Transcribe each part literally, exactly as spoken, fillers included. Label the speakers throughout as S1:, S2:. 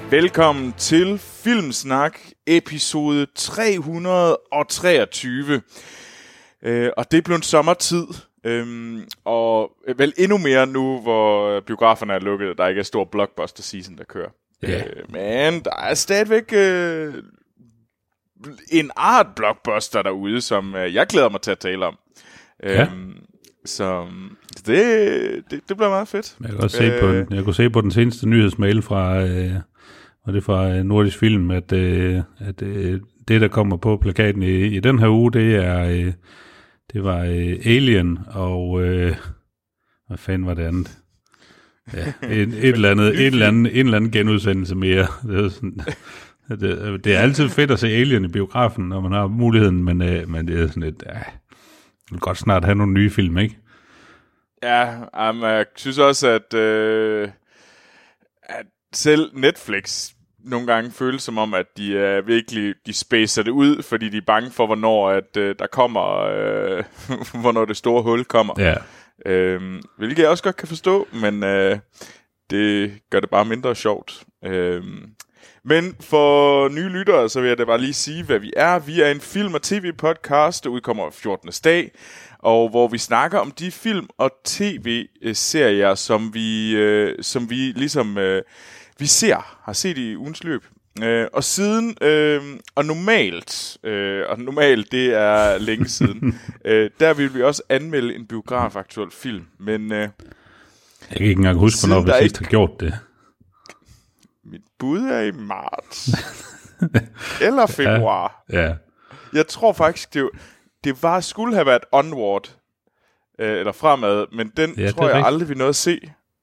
S1: Velkommen til Filmsnak, episode tre hundrede treogtyve. Øh, og det er blevet sommertid, øhm, og vel endnu mere nu, hvor biograferne er lukket, der ikke er stor blockbuster season, der kører.
S2: Yeah.
S1: Øh, men der er stadigvæk øh, en art blockbuster derude, som øh, jeg glæder mig til at tale om.
S2: Ja.
S1: Øhm, så det, det, det bliver meget fedt.
S2: Jeg kan også se øh, på den, jeg kunne se på den seneste nyhedsmail fra, øh, og det fra øh, Nordisk Film, at, øh, at øh, det, der kommer på plakaten i, i den her uge, det er øh, det var øh, Alien og øh, hvad fanden var det andet? Ja, et, et eller andet, et eller andet, en eller anden genudsendelse mere. Det er, sådan, det, det er altid fedt at se Alien i biografen, når man har muligheden, men, øh, men det er sådan et, ja, jeg vil godt snart have nogle nye film, ikke?
S1: Ja, um, jeg synes også, at, øh, at selv Netflix nogle gange føles som om, at de er virkelig, de spacer det ud, fordi de er bange for, hvornår at, øh, der kommer, øh, hvornår det store hul kommer.
S2: Ja.
S1: Øh, hvilket jeg også godt kan forstå, men øh, det gør det bare mindre sjovt. Øh, men for nye lyttere, så vil jeg da bare lige sige, hvad vi er. Vi er en film- og tv-podcast, der udkommer fjortende dag, og hvor vi snakker om de film- og tv-serier, som vi, øh, som vi ligesom øh, vi ser, har set i ugens løb. Øh, og siden, øh, og normalt, øh, og normalt, det er længe siden, øh, der vil vi også anmelde en biograf-aktuel film. Men øh,
S2: jeg kan ikke engang huske, hvornår vi sidst ikke har gjort det.
S1: Mit bud er i marts. Eller februar.
S2: Ja, ja. Jeg
S1: tror faktisk, det, det var, skulle have været Onward. Øh, eller Fremad. Men den ja, tror jeg rigtigt. aldrig, vi nåede at se.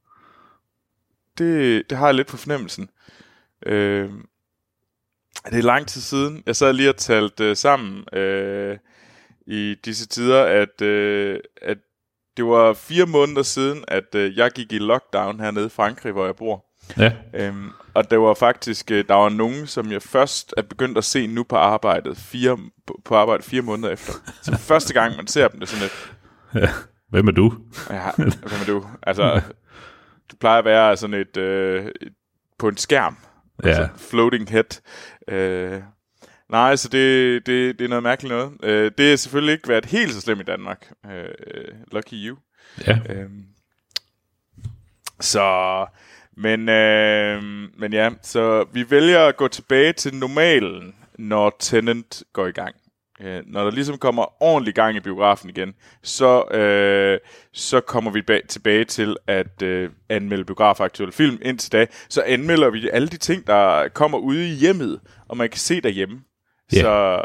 S1: Det, det har jeg lidt på fornemmelsen. Øh, det er lang tid siden. Jeg sad lige og talte øh, sammen øh, i disse tider, at, øh, at det var fire måneder siden, at øh, jeg gik i lockdown hernede i Frankrig, hvor jeg bor.
S2: Ja.
S1: Øhm, og der var faktisk der var nogen, som jeg først er begyndt at se nu på arbejdet fire på arbejde fire måneder efter. Så første gang man ser dem, det er sådan et.
S2: Ja. Hvem er du?
S1: Ja, hvem er du? Altså, det plejer at være sådan et, øh, et på en skærm,
S2: ja.
S1: Altså floating head. Øh, nej, så det, det det er noget mærkeligt noget. Øh, det er selvfølgelig ikke været helt så slemt i Danmark. Øh, lucky you.
S2: Ja.
S1: Øh, så Men, øh, men ja, så vi vælger at gå tilbage til normalen, når Tenet går i gang. Øh, når der ligesom kommer ordentlig gang i biografen igen, så, øh, så kommer vi bag, tilbage til at øh, anmelde biografaktuelle film. Indtil da, så anmelder vi alle de ting, der kommer ude i hjemmet, og man kan se derhjemme.
S2: Yeah.
S1: Så...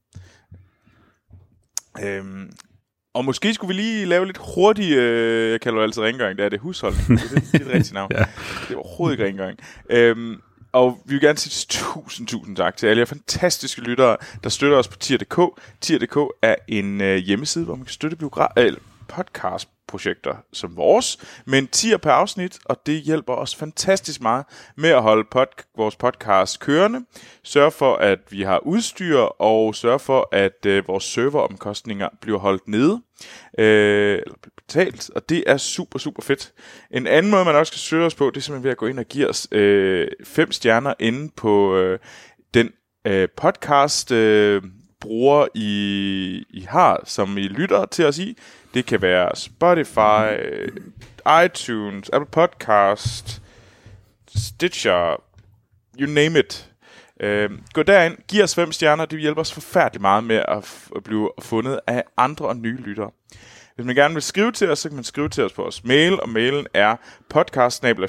S1: Øh, Og måske skulle vi lige lave lidt hurtig, øh, jeg kalder det altid rengøring, det er det husholdning. Det er det, det, er det rigtige navn. Ja. Det er overhovedet ikke rengøring. Øhm, og vi vil gerne sige tusind, tusind tak til alle jer fantastiske lyttere, der støtter os på tier punktum d k. tier punktum d k er en øh, hjemmeside, hvor man kan støtte biogra- øh, podcastprojekter som vores, med en tier per afsnit, og det hjælper os fantastisk meget med at holde pod- vores podcast kørende, sørge for, at vi har udstyr, og sørge for, at øh, vores serveromkostninger bliver holdt nede, øh, eller betalt, og det er super, super fedt. En anden måde, man også kan støtte os på, det er simpelthen ved at gå ind og give os øh, fem stjerner inde på øh, den øh, podcast øh, bruger I, I har, som I lytter til os i. Det kan være Spotify, iTunes, Apple Podcast, Stitcher, you name it. Øh, gå derind, giv os fem stjerner, det hjælper os forfærdeligt meget med at, f- at blive fundet af andre og nye lyttere. Hvis man gerne vil skrive til os, så kan man skrive til os på vores mail, og mailen er podcast snabel-a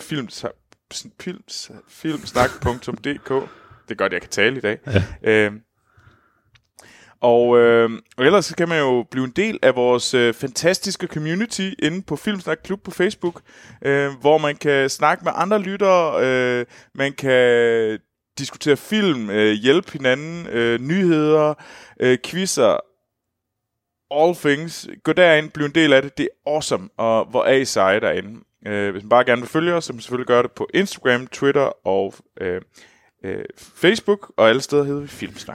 S1: filmsnak punktum d k. Det er godt, jeg kan tale i dag. Ja. Øh, Og, øh, og ellers så kan man jo blive en del af vores øh, fantastiske community inde på Filmsnak Klub på Facebook, øh, hvor man kan snakke med andre lyttere, øh, man kan diskutere film, øh, hjælpe hinanden, øh, nyheder, øh, quizzer, all things. Gå derind, bliv en del af det, det er awesome, og hvor er I seje derinde. Øh, hvis man bare gerne vil følge os, så kan man selvfølgelig gøre det på Instagram, Twitter og øh, øh, Facebook, og alle steder hedder vi Filmsnak.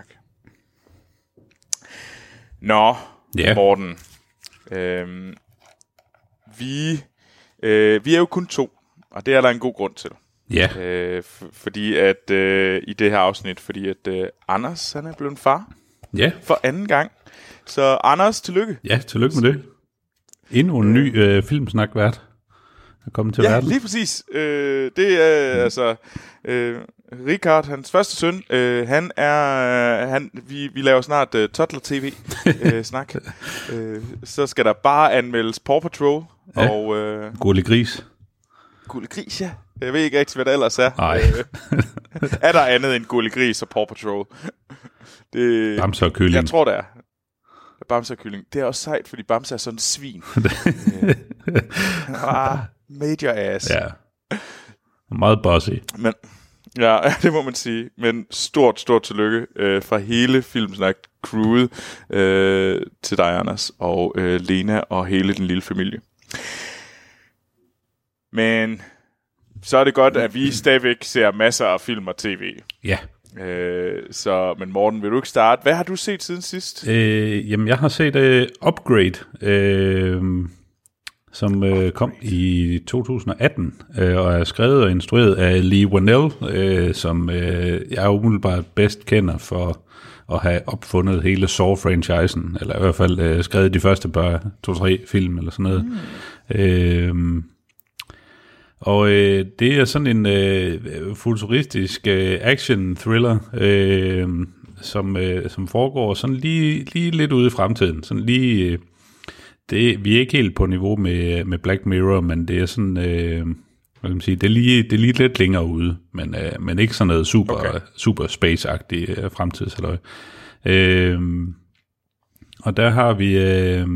S1: Nå, yeah. Morten. Øhm, vi, øh, vi er jo kun to, og det er der en god grund til.
S2: Ja.
S1: Øh, f- fordi at øh, i det her afsnit, fordi at øh, Anders, han er blevet far.
S2: Ja.
S1: For anden gang. Så Anders, tillykke.
S2: Ja, tillykke med det. Endnu en ny øh, filmsnakvært er kommet til
S1: ja,
S2: verden.
S1: Ja, lige præcis. Øh, det er mm. altså øh, Richard, hans første søn. Øh, han er han. Vi, vi laver snart uh, Toddler-tv øh, snak. øh, så skal der bare anmeldes Paw Patrol
S2: ja.
S1: og øh,
S2: Gurli Gris.
S1: Gurli Gris, ja. Jeg ved ikke rigtig, hvad der ellers er.
S2: Nej.
S1: er der andet end Gurli Gris og Paw Patrol? Det,
S2: Bamse og kylling.
S1: Jeg tror, det er. Bamse og kylling. Det er også sejt, fordi Bamse er sådan en svin. øh, ah, major ass.
S2: Ja. Meget bossy.
S1: Men, ja, det må man sige. Men stort, stort tillykke øh, fra hele Filmsnak-crewet øh, til dig, Anders, og øh, Lena og hele den lille familie. Men så er det godt, at vi stadigvæk ser masser af film og tv.
S2: Ja.
S1: Øh, så, men Morten, vil du ikke starte? Hvad har du set siden sidst?
S2: Øh, jamen, jeg har set uh, Upgrade, øh, som uh, Upgrade. kom i to tusind og atten, øh, og er skrevet og instrueret af Lee Whannell, øh, som øh, jeg umiddelbart bedst kender for at have opfundet hele Saw-franchisen, eller i hvert fald øh, skrevet de første bare to-tre film eller sådan noget. Mm. Øh, Og øh, det er sådan en øh, futuristisk øh, action-thriller, øh, som, øh, som foregår sådan lige, lige lidt ude i fremtiden. Sådan lige, øh, det, vi er ikke helt på niveau med, med Black Mirror, men det er sådan, øh, hvad kan man sige, det er lige, det er lige lidt længere ude, men, øh, men ikke sådan noget super, okay. super space-agtigt øh, fremtidshalløj. Øh, og der har vi, øh,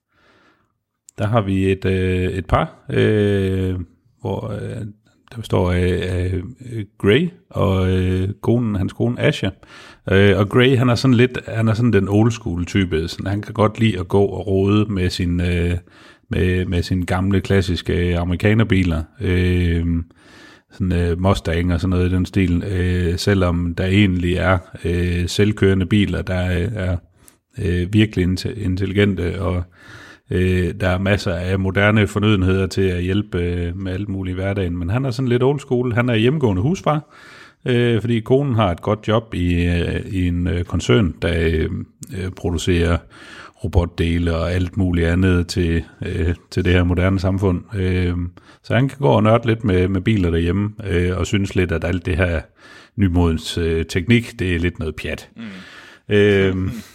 S2: der har vi et, øh, et par, øh, hvor øh, der består af, af Gray og øh, konen, hans kone Asha. Øh, og Gray, han er sådan lidt, han er sådan den old school type, sådan, han kan godt lide at gå og rode med sin øh, med med sine gamle klassiske amerikanerbiler, øh, sådan øh, Mustang og sådan noget i den stil, øh, selvom der egentlig er øh, selvkørende biler, der er øh, virkelig intelligente, og Øh, der er masser af moderne fornødenheder til at hjælpe øh, med alt muligt i hverdagen, men han er sådan lidt old school. Han er hjemmegående husfar, øh, fordi konen har et godt job i, øh, i en øh, koncern, der øh, producerer robotdele og alt muligt andet til, øh, til det her moderne samfund. Øh, så han kan gå og nørde lidt med, med biler derhjemme, øh, og synes lidt, at alt det her nymodens øh, teknik, det er lidt noget pjat. Mm. Øh,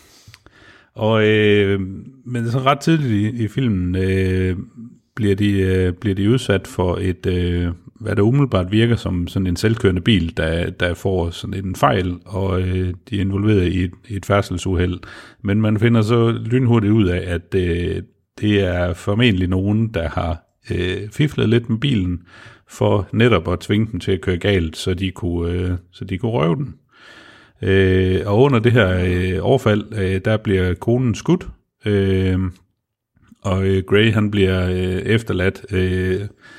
S2: Og øh, men så ret tidligt i, i filmen øh, bliver de øh, bliver de udsat for et øh, hvad der umiddelbart virker som sådan en selvkørende bil, der der får sådan en fejl, og øh, de er involveret i et, i et færdselsuheld. Men man finder så lynhurtigt ud af, at øh, det er formentlig nogen, der har øh, fiflet lidt med bilen for netop at tvinge dem til at køre galt, så de kunne øh, så de kunne røve den. Øh, og under det her øh, overfald, øh, der bliver konen skudt, øh, og øh, Gray, han bliver øh, efterladt øh,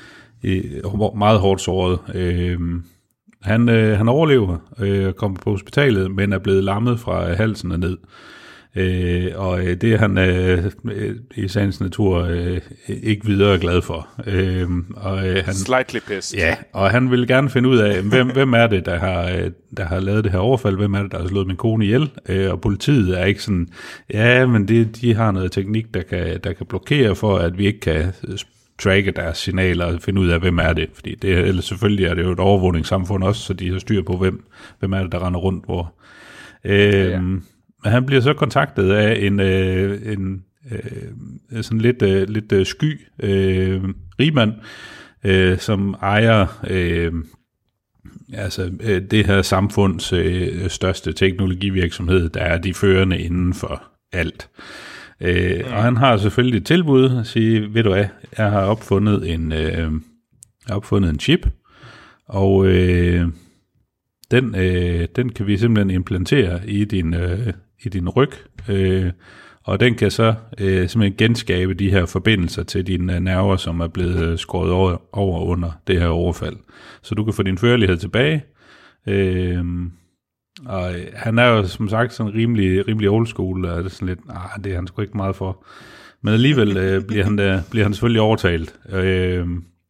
S2: øh, meget hårdt såret. Øh, han, øh, han overlever og øh, kommer på hospitalet, men er blevet lammet fra halsen og ned. Øh, og øh, det er han øh, i sagens natur øh, ikke videre glad for. Øh, og, øh, han,
S1: Slightly pissed.
S2: Ja, og han vil gerne finde ud af, hvem, hvem er det, der har, der har lavet det her overfald, hvem er det, der har slået min kone ihjel, øh, og politiet er ikke sådan, ja, men det, de har noget teknik, der kan, der kan blokere for, at vi ikke kan tracke deres signaler og finde ud af, hvem er det, fordi det, eller selvfølgelig er det jo et overvågningssamfund også, så de har styr på, hvem, hvem er det, der render rundt hvor. Øh, ja, ja. Han bliver så kontaktet af en, øh, en øh, sådan lidt, øh, lidt øh, sky øh, rigmand, øh, som ejer øh, altså, øh, det her samfunds øh, største teknologivirksomhed, der er de førende inden for alt. Øh, mm. Og han har selvfølgelig et tilbud at sige, ved du hvad, jeg har opfundet en, øh, jeg har opfundet en chip, og øh, den, øh, den kan vi simpelthen implantere i din, øh, i din ryg, øh, og den kan så øh, simpelthen genskabe de her forbindelser til dine nerver, som er blevet skåret over, over under det her overfald. Så du kan få din førlighed tilbage. Øh, og han er jo som sagt sådan rimelig, rimelig old school, og det er sådan lidt, ah, det er han sgu ikke meget for. Men alligevel øh, bliver, han, øh, bliver han selvfølgelig overtalt. Øh,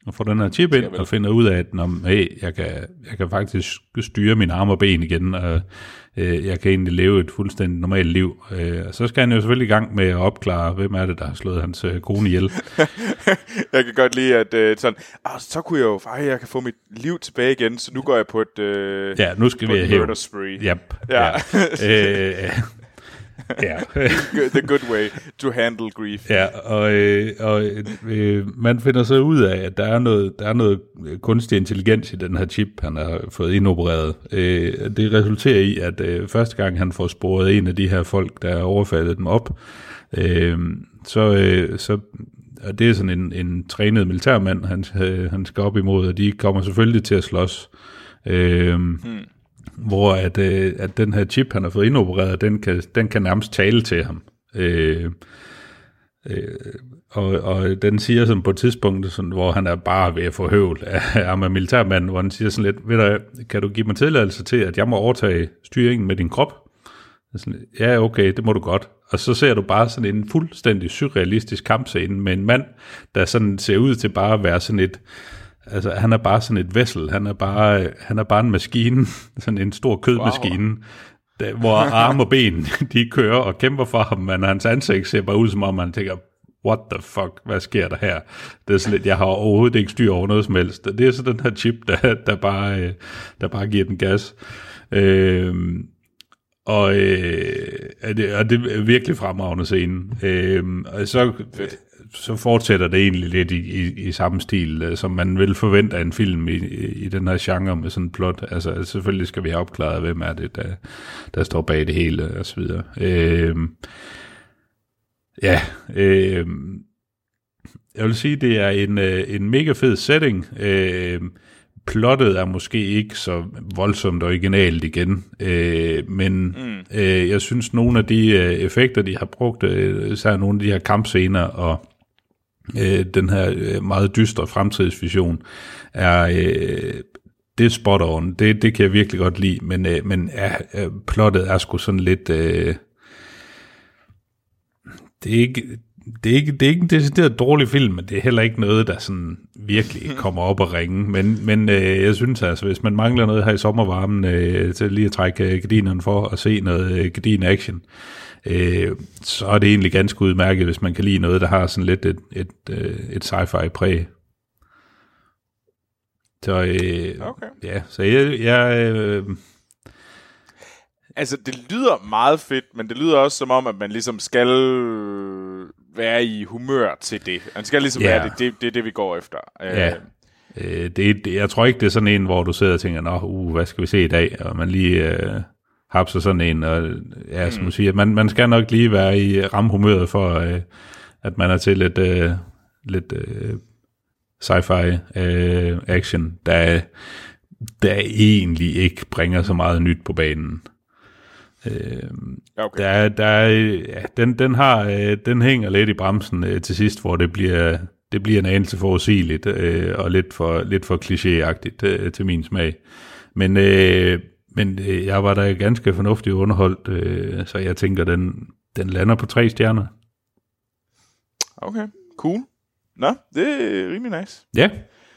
S2: og får den her chip ind, og finder ud af, at når, hey, jeg, kan, jeg kan faktisk styre mine arme og ben igen, og øh, jeg kan egentlig leve et fuldstændig normalt liv. Øh, så skal han jo selvfølgelig i gang med at opklare, hvem er det, der har slået hans øh, kone ihjel.
S1: Jeg kan godt lide, at øh, sådan, ah, så kunne jeg jo, ej, jeg kan få mit liv tilbage igen, så nu går jeg på et øh,
S2: ja, nu skal vi have
S1: murder spree.
S2: Yep, ja. ja. øh,
S1: Ja. The good way to handle grief.
S2: Ja, og, øh, og øh, man finder så ud af, at der er noget, der er noget kunstig intelligens i den her chip, han har fået indopereret. Øh, det resulterer i, at øh, første gang han får sporet en af de her folk, der overfaldet dem op, øh, så, øh, så og det er sådan en, en trænet militærmand, han, øh, han skal op imod, og de kommer selvfølgelig til at slås. Øh, hmm. Hvor at, øh, at den her chip, han har fået indopereret, den kan, den kan nærmest tale til ham. Øh, øh, og, og den siger sådan på et tidspunkt, sådan, hvor han er bare ved at få høvl af ham af militærmanden, hvor han siger sådan lidt, ved du, kan du give mig tilladelse til, at jeg må overtage styringen med din krop? Sådan, ja, okay, det må du godt. Og så ser du bare sådan en fuldstændig surrealistisk kampscene med en mand, der sådan ser ud til bare at være sådan et, altså han er bare sådan et vessel, han er bare, han er bare en maskine, sådan en stor kødmaskine, wow. der, hvor arme og ben, de kører og kæmper for ham, men hans ansigt ser bare ud som om, man tænker, what the fuck, hvad sker der her? Det er sådan lidt, jeg har overhovedet ikke styr over noget som helst. Det er så den her chip, der, der, bare, der bare giver den gas. Øh, og, øh, det, og det er virkelig fremragende scene. Øh, og så... Fedt. Så fortsætter det egentlig lidt i, i, i samme stil, som man vil forvente af en film i, i den her genre med sådan en plot. Altså selvfølgelig skal vi have opklaret, hvem er det, der, der står bag det hele, og så videre. Øh, ja, øh, jeg vil sige, det er en, en mega fed setting. Øh, plottet er måske ikke så voldsomt originalt igen, øh, men mm. øh, jeg synes, nogle af de øh, effekter, de har brugt, øh, så er nogle af de her kampscener og Øh, den her øh, meget dystre fremtidsvision er øh, det er spot on, det, det kan jeg virkelig godt lide, men, øh, men ja, øh, plottet er sgu sådan lidt øh, det er ikke det er ikke, det er ikke en decideret dårlig film, men det er heller ikke noget, der sådan virkelig kommer op og ringe, men, men øh, jeg synes altså, hvis man mangler noget her i sommervarmen øh, til lige at trække gardinerne for at se noget øh, gardin action, Øh, så er det egentlig ganske udmærket, hvis man kan lide noget, der har sådan lidt et, et, et, et sci-fi præg. Så øh, okay. Ja, så jeg... jeg øh,
S1: altså, det lyder meget fedt, men det lyder også som om, at man ligesom skal være i humør til det. Man skal ligesom yeah. være det, det, det er det, vi går efter.
S2: Ja. Øh, det, det, jeg tror ikke, det er sådan en, hvor du sidder og tænker, nå, uh, hvad skal vi se i dag? Og man lige... Øh, hapser sådan en, og ja, som mm. siger, man, man skal nok lige være i ramhumøret for, øh, at man er til lidt, øh, lidt øh, sci-fi øh, action, der, der egentlig ikke bringer så meget nyt på banen. Øh, okay. der, der, ja, den, den, har, øh, den hænger lidt i bremsen øh, til sidst, hvor det bliver, det bliver en anelse forudsigeligt, øh, og lidt for, lidt for klichéagtigt øh, til min smag. Men øh, Men øh, jeg var da ganske fornuftigt underholdt, øh, så jeg tænker, den, den lander på tre stjerner.
S1: Okay, cool. Nå, det er rimelig nice.
S2: Ja.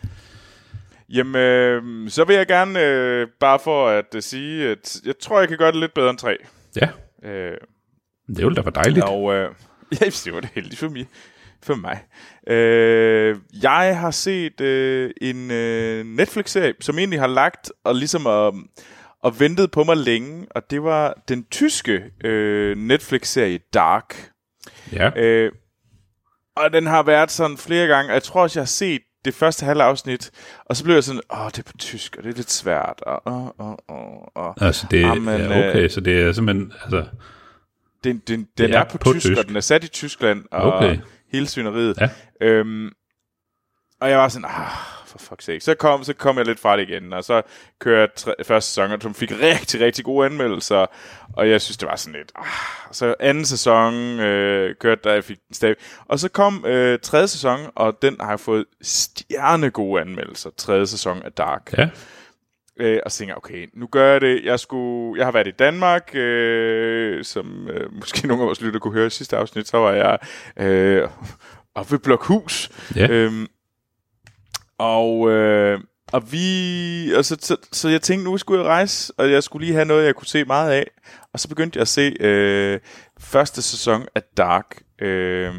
S1: Jamen, øh, så vil jeg gerne, øh, bare for at uh, sige, at jeg tror, jeg kan gøre det lidt bedre end tre.
S2: Ja, øh, det ville da være dejligt.
S1: Og, øh, ja, det var det heldigt for mig. For mig. Øh, jeg har set øh, en øh, Netflix-serie, som egentlig har lagt og ligesom at... Øh, og ventede på mig længe, og det var den tyske øh, Netflix-serie Dark.
S2: Ja.
S1: Øh, og den har været sådan flere gange, og jeg tror også, jeg har set det første halve afsnit, og så blev jeg sådan, åh, det er på tysk, og det er lidt svært, og åh, åh, åh, åh.
S2: Altså, det er, Amen, ja, okay, øh, så det er simpelthen, altså...
S1: Den, den, den er, er på, på tysk, tysk, og den er sat i Tyskland, og okay. hele svineriet. Ja. Øhm, og jeg var sådan, ah, for fuck's sake. Så kom, så kom jeg lidt fra det igen, og så kørte jeg første sæson, som fik rigtig, rigtig gode anmeldelser, og jeg synes, det var sådan lidt, ah. Så anden sæson øh, kørte der, jeg fik den stadig. Og så kom øh, tredje sæson, og den har jeg fået stjernegode anmeldelser, tredje sæson af Dark.
S2: Ja.
S1: Øh, og så tænkte jeg, okay, nu gør jeg det. Jeg, skulle, jeg har været i Danmark, øh, som øh, måske nogle af vores lytter kunne høre i sidste afsnit, så var jeg øh, oppe ved Blokhus.
S2: Ja.
S1: Øhm, Og, øh, og vi... Og så, så, så jeg tænkte, nu skulle jeg rejse, og jeg skulle lige have noget, jeg kunne se meget af. Og så begyndte jeg at se øh, første sæson af Dark. Øh,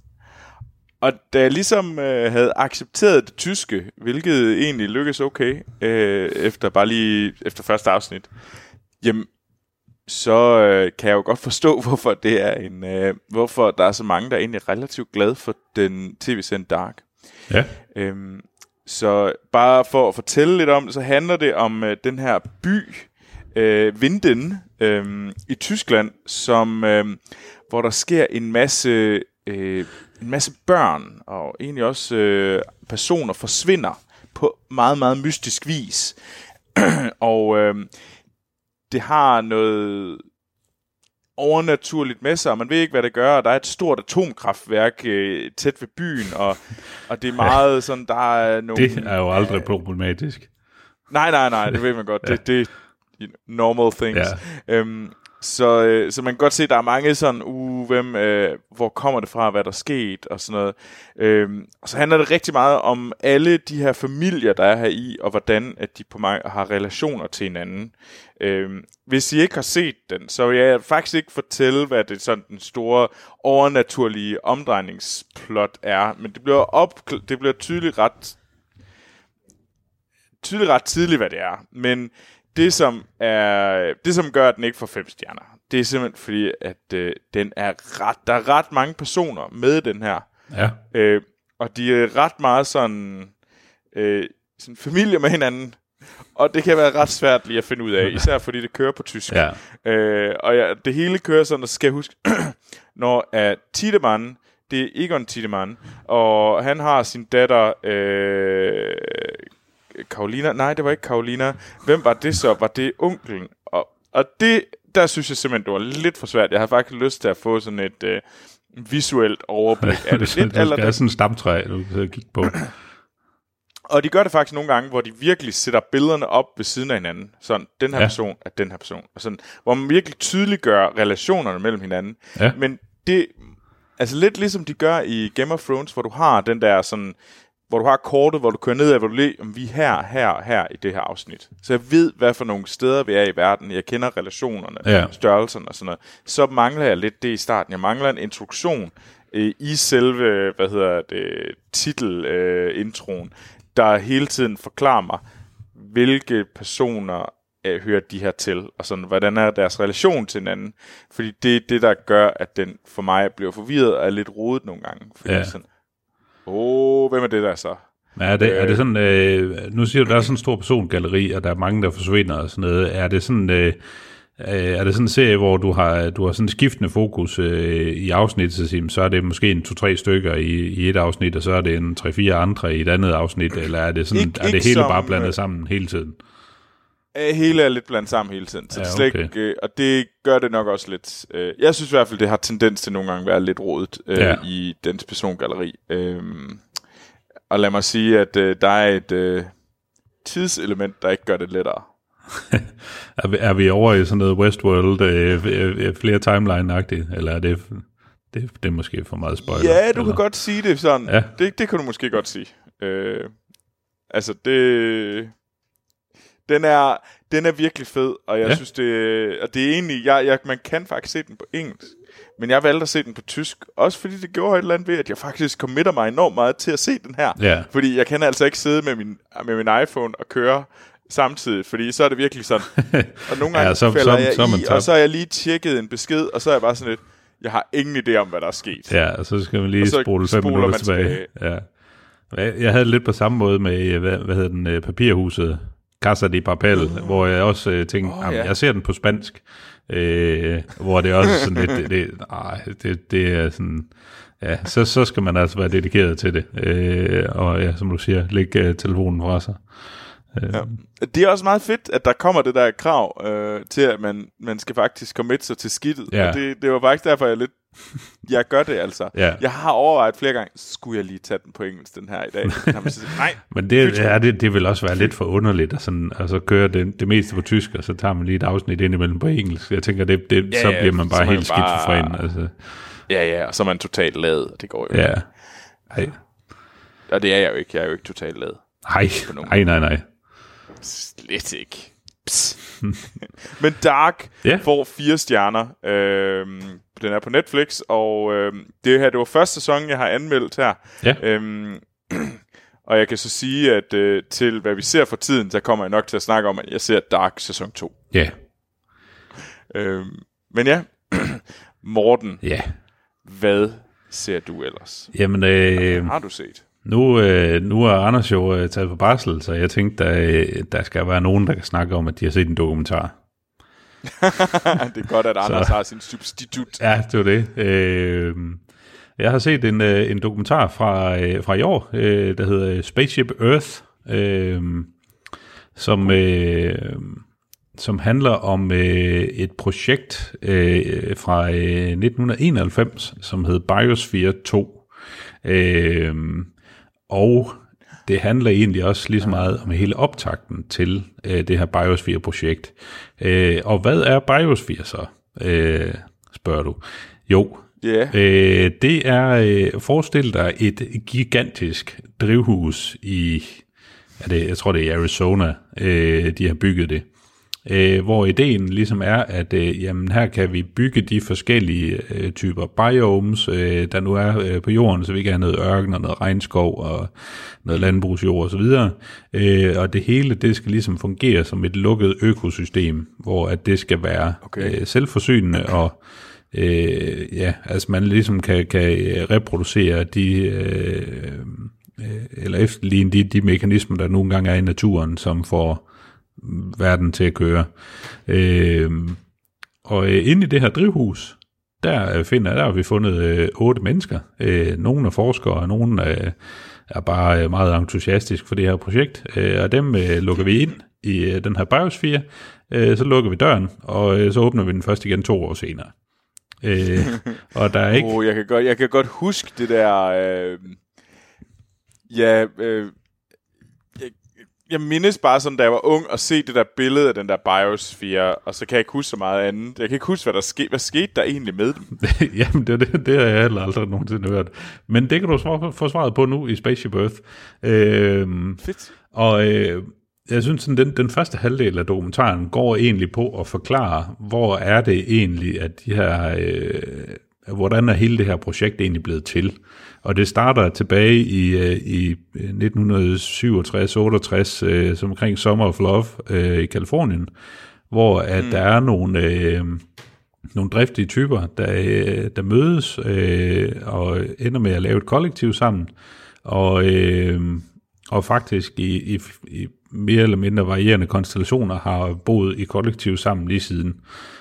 S1: og da jeg ligesom øh, havde accepteret det tyske, hvilket egentlig lykkedes okay, øh, efter bare lige efter første afsnit, jamen, så øh, kan jeg jo godt forstå, hvorfor det er en, øh, hvorfor der er så mange, der er egentlig relativt glade for den tv-serien Dark.
S2: Ja.
S1: Øhm, så bare for at fortælle lidt om det, så handler det om øh, den her by, øh, Winden, øh, i Tyskland, som, øh, hvor der sker en masse, øh, en masse børn, og egentlig også øh, personer forsvinder på meget, meget mystisk vis. og øh, det har noget overnaturligt med sig, og man ved ikke, hvad det gør, og der er et stort atomkraftværk øh, tæt ved byen, og, og det er meget ja. sådan, der er nogle...
S2: Det er jo aldrig øh, problematisk.
S1: Nej, nej, nej, det ved man godt. ja. Det det normal things. Ja. Øhm, så, øh, så man kan godt se, at der er mange sådan, uh, hvem, øh, hvor kommer det fra, hvad der er sket, og sådan noget. Øhm, og så handler det rigtig meget om alle de her familier, der er her i, og hvordan at de på mig har relationer til hinanden. Øhm, hvis I ikke har set den, så vil jeg faktisk ikke fortælle, hvad det sådan den store overnaturlige omdrejningsplot er, men det bliver op, det bliver tydeligt ret tydeligt ret tidligt, hvad det er. Men det som er det som gør, at den ikke får fem stjerner, det er simpelthen fordi, at øh, den er ret der er ret mange personer med den her.
S2: Ja.
S1: Øh, og de er ret meget sådan øh, sådan familie med hinanden. Og det kan være ret svært lige at finde ud af, især fordi det kører på tysk.
S2: Ja.
S1: Øh, og ja, det hele kører sådan, og så skal jeg huske, når uh, Tiedemann, det er Egon Tiedemann, og han har sin datter, øh, Karolina, nej, det var ikke Karolina. Hvem var det så? Var det onkelen? Og, og det, der synes jeg simpelthen, det var lidt for svært. Jeg havde faktisk lyst til at få sådan et øh, visuelt overblik af det.
S2: Det skal have sådan en stamtræ, du kan kigge på.
S1: Og de gør det faktisk nogle gange, hvor de virkelig sætter billederne op ved siden af hinanden. Sådan, den her ja. person er den her person. Og sådan, hvor man virkelig tydeliggør relationerne mellem hinanden.
S2: Ja.
S1: Men det, altså lidt ligesom de gør i Game of Thrones, hvor du har den der sådan, hvor du har kortet, hvor du kører ned og evaluerer, om vi er her, her, her i det her afsnit. Så jeg ved, hvad for nogle steder vi er i verden. Jeg kender relationerne, ja. størrelserne og sådan noget. Så mangler jeg lidt det i starten. Jeg mangler en introduktion øh, i selve, hvad hedder det, titelintroen, øh, der hele tiden forklarer mig, hvilke personer øh, hører de her til, og sådan, hvordan er deres relation til hinanden. Fordi det er det, der gør, at den for mig bliver forvirret og er lidt rodet nogle gange. Fordi ja. sådan, åh, oh, hvem er det der så?
S2: Ja, er, det, øh, er det sådan, øh, nu siger du, der er sådan en stor persongalleri, og der er mange, der forsvinder og sådan noget. Er det sådan... Øh, Er det sådan en serie, hvor du har, du har sådan en skiftende fokus øh, i afsnit, så er det måske en to-tre stykker i, i et afsnit, og så er det en tre-fire andre i et andet afsnit, eller er det, sådan, ikke, er det hele som, bare blandet sammen hele tiden?
S1: Hele er lidt blandet sammen hele tiden, så
S2: ja,
S1: det slet
S2: okay.
S1: ikke, og det gør det nok også lidt. Øh, jeg synes i hvert fald, det har tendens til nogle gange at være lidt rodet øh, ja. i dens persongalleri. Øh, og lad mig sige, at øh, der er et øh, tidselement, der ikke gør det lettere.
S2: er, vi, er vi over i sådan noget Westworld, øh, øh, flere timeline-agtigt, eller er det, det, det er måske for meget spoiler?
S1: Ja, du
S2: eller?
S1: kan godt sige det sådan.
S2: Ja.
S1: Det, det kan du måske godt sige. Øh, altså, det... Den er, den er virkelig fed, og jeg ja. synes, det, og det er egentlig... Jeg, jeg, man kan faktisk se den på engelsk, men jeg valgte at se den på tysk, også fordi det gjorde et eller andet ved, at jeg faktisk committer mig enormt meget til at se den her.
S2: Ja.
S1: Fordi jeg kan altså ikke sidde med min, med min iPhone og køre samtidig, fordi så er det virkelig sådan. Og nogle gange ja, så, falder så, jeg så, i, og så har jeg lige tjekket en besked, og så er jeg bare sådan lidt, jeg har ingen idé om, hvad der er sket.
S2: Ja, og så skal man lige spole fem minutter tilbage. tilbage. Ja. Jeg havde lidt på samme måde med, hvad, hvad hedder den, papirhuset, Casa de Papel, uh. hvor jeg også øh, tænkte, oh, ja. jeg ser den på spansk, øh, hvor det også sådan lidt, det, det, ej, det, det er sådan, ja, så, så skal man altså være dedikeret til det, øh, og ja, som du siger, lægge øh, telefonen fra sig.
S1: Ja. Det er også meget fedt, at der kommer det der krav øh, til, at man, man skal faktisk committe sig til skidtet.
S2: Ja.
S1: Og det, det var faktisk derfor, jeg lidt... Jeg gør det altså.
S2: Ja.
S1: Jeg har overvejet flere gange, skulle jeg lige tage den på engelsk, den her i dag? Nej.
S2: Men det, ja, det, det vil også være lidt for underligt, at, sådan, at så køre det, det meste på tysk, og så tager man lige et afsnit indimellem på engelsk. Jeg tænker, det, det, ja, så bliver man bare helt skizofren. Altså.
S1: Ja, ja, og så er man totalt ladet. Det går jo
S2: ja.
S1: ikke. Og det er jeg jo ikke. Jeg er jo ikke totalt ladet.
S2: Nej, nej, nej, nej.
S1: Slet ikke. Men Dark yeah. får fire stjerner. Øhm, den er på Netflix, og øhm, det her det var første sæson, jeg har anmeldt her.
S2: Yeah.
S1: Øhm, og jeg kan så sige, at øh, til hvad vi ser for tiden, så kommer jeg nok til at snakke om, at jeg ser Dark sæson to.
S2: Ja. Yeah.
S1: Øhm, men ja, Morten.
S2: Ja. Yeah.
S1: Hvad ser du ellers?
S2: Jamen, øh,
S1: har du set?
S2: Nu, øh, nu er Anders jo øh, taget på barsel, så jeg tænkte, der, der skal være nogen, der kan snakke om, at de har set en dokumentar.
S1: Det er godt, at Anders så, har sin substitut.
S2: Ja, det var det. Øh, jeg har set en, øh, en dokumentar fra, øh, fra i år, øh, der hedder Spaceship Earth, øh, som, øh, som handler om øh, et projekt øh, fra øh, nitten enoghalvfems, som hed Biosphere to. Øh, Og det handler egentlig også lige så meget om hele optakten til øh, det her Biosphere-projekt. Øh, og hvad er Biosphere så, øh, spørger du? Jo,
S1: yeah.
S2: øh, det er, øh, forestil dig et gigantisk drivhus i, er det, jeg tror det er i Arizona, øh, de har bygget det. Øh, hvor ideen ligesom er, at øh, jamen, her kan vi bygge de forskellige øh, typer biomes, øh, der nu er øh, på jorden, så vi kan have noget ørken og noget regnskov og noget landbrugsjord og så videre. Øh, og det hele, det skal ligesom fungere som et lukket økosystem, hvor at det skal være okay. øh, selvforsynende og øh, ja, altså man ligesom kan, kan reproducere de øh, øh, eller efterligne de, de mekanismer, der nogle gange er i naturen, som får verden til at køre. Øh, og øh, inde i det her drivhus, der finder der har vi fundet øh, otte mennesker. Øh, nogle er forskere, og nogle er, er bare øh, meget entusiastisk for det her projekt. Øh, og dem øh, lukker vi ind i øh, den her Biosphere. Øh, så lukker vi døren, og øh, så åbner vi den først igen to år senere. Øh, og der er ikke...
S1: Oh, jeg kan godt, jeg kan godt huske det der... Øh, ja... Øh, Jeg mindes bare sådan, da jeg var ung, og se det der billede af den der Biosphere, og så kan jeg ikke huske så meget andet. Jeg kan ikke huske, hvad der skete. Hvad skete der egentlig med dem?
S2: Jamen, det, det, det har jeg heller aldrig nogensinde hørt. Men det kan du få svaret på nu i Spaceship Earth. Øhm,
S1: Fedt.
S2: Og øh, jeg synes, sådan, den, den første halvdel af dokumentaren går egentlig på at forklare, hvor er det egentlig, at de her... Øh, hvordan er hele det her projekt egentlig blevet til. Og det starter tilbage i, i nitten syvogtres otteogtres, øh, som omkring Summer of Love øh, i Kalifornien, hvor at mm. der er nogle, øh, nogle driftige typer, der, der mødes øh, og ender med at lave et kollektiv sammen, og, øh, og faktisk i, i, i mere eller mindre varierende konstellationer har boet i kollektiv sammen lige siden.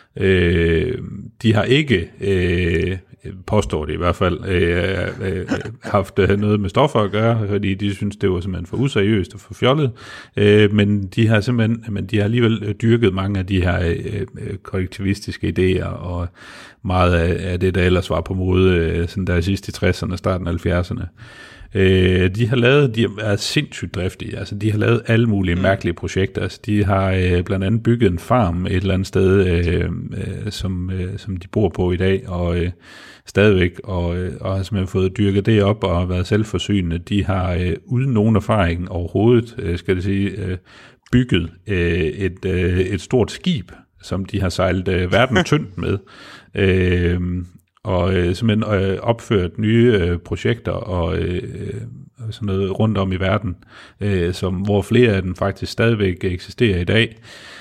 S2: Øh, de har ikke, øh, påstår det i hvert fald, øh, øh, haft noget med stoffer at gøre, fordi de synes, det var simpelthen for useriøst og for fjollet. Øh, men de har simpelthen, men de har alligevel dyrket mange af de her øh, kollektivistiske idéer, og meget af, af det, der ellers var på mode, øh, sådan der sidst i tresserne, starten af halvfjerdserne. Øh, de har lavet, de er sindssygt driftige, altså de har lavet alle mulige mm. mærkelige projekter, altså de har øh, blandt andet bygget en farm et eller andet sted, øh, øh, som, øh, som de bor på i dag, og øh, stadigvæk, og, øh, og har simpelthen fået dyrket det op og været selvforsynende. De har øh, uden nogen erfaring overhovedet, øh, skal det sige, øh, bygget øh, et, øh, et stort skib, som de har sejlet øh, verden tyndt med, øh, og øh, simpelthen øh, opført nye øh, projekter og øh, sådan noget rundt om i verden, øh, som, hvor flere af dem faktisk stadigvæk eksisterer i dag.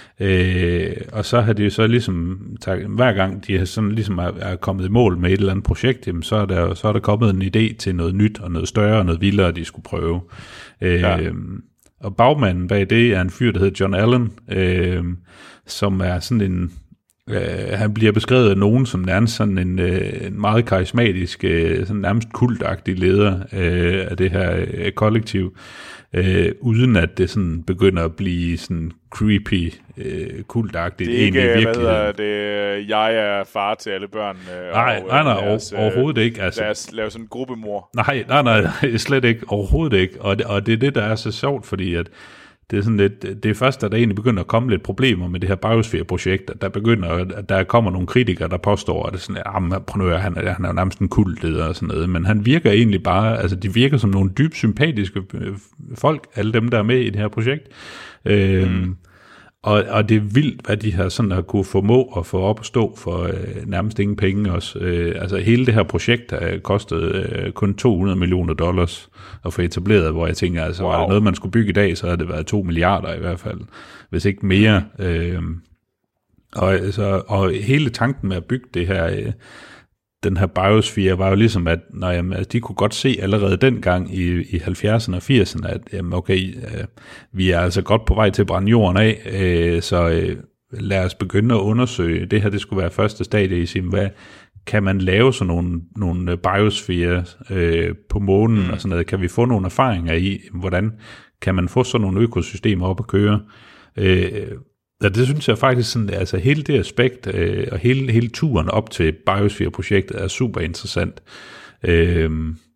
S2: Øh, og så har de jo så ligesom, hver gang de har sådan ligesom er, er kommet i mål med et eller andet projekt, jamen, så, er der, så er der kommet en idé til noget nyt og noget større og noget vildere, de skulle prøve. Øh, ja. Og bagmanden bag det er en fyr, der hedder John Allen, øh, som er sådan en... Uh, han bliver beskrevet af nogen som nærmest sådan en, uh, en meget karismatisk, uh, sådan nærmest kultagtig leder uh, af det her uh, kollektiv, uh, uden at det sådan begynder at blive sådan creepy, uh, kultagtigt.
S1: Det er ikke, hvad hedder det, jeg er far til alle børn. Uh,
S2: nej,
S1: og,
S2: nej, nej,
S1: deres,
S2: overhovedet ikke. Altså,
S1: lad os lave sådan en gruppemor.
S2: Nej, nej, nej, nej, slet ikke, overhovedet ikke. Og det, og det er det, der er så sjovt, fordi at det er sådan lidt, det er først, da der egentlig begynder at komme lidt problemer med det her Biosphere-projekt, at der begynder, at der kommer nogle kritikere, der påstår, at det er sådan, at prøv nu, han, han er jo nærmest en kultleder og sådan noget, men han virker egentlig bare, altså de virker som nogle dybt sympatiske folk, alle dem, der er med i det her projekt. Mm. Øhm, Og, og det er vildt, hvad de har sådan at kunne formå at få op at stå for øh, nærmest ingen penge også. Øh, altså hele det her projekt har kostet øh, kun to hundrede millioner dollars at få etableret, hvor jeg tænker, altså wow. Var det noget, man skulle bygge i dag, så havde det været to milliarder i hvert fald, hvis ikke mere. Øh, og, altså, og hele tanken med at bygge det her... Øh, den her Biosphere var jo ligesom, at når, jamen, altså, de kunne godt se allerede dengang i, i halvfjerdserne og firserne, at jamen, okay, øh, vi er altså godt på vej til at brænde jorden af, øh, så øh, lad os begynde at undersøge. Det her, det skulle være første stadie i sin, hvad kan man lave sådan nogle, nogle Biosphere øh, på månen mm. og sådan noget? Kan vi få nogle erfaringer i, hvordan kan man få sådan nogle økosystemer op at køre? Øh, Ja, det synes jeg faktisk, sådan, altså hele det aspekt øh, og hele, hele turen op til Biosphere-projektet er super interessant. Øh,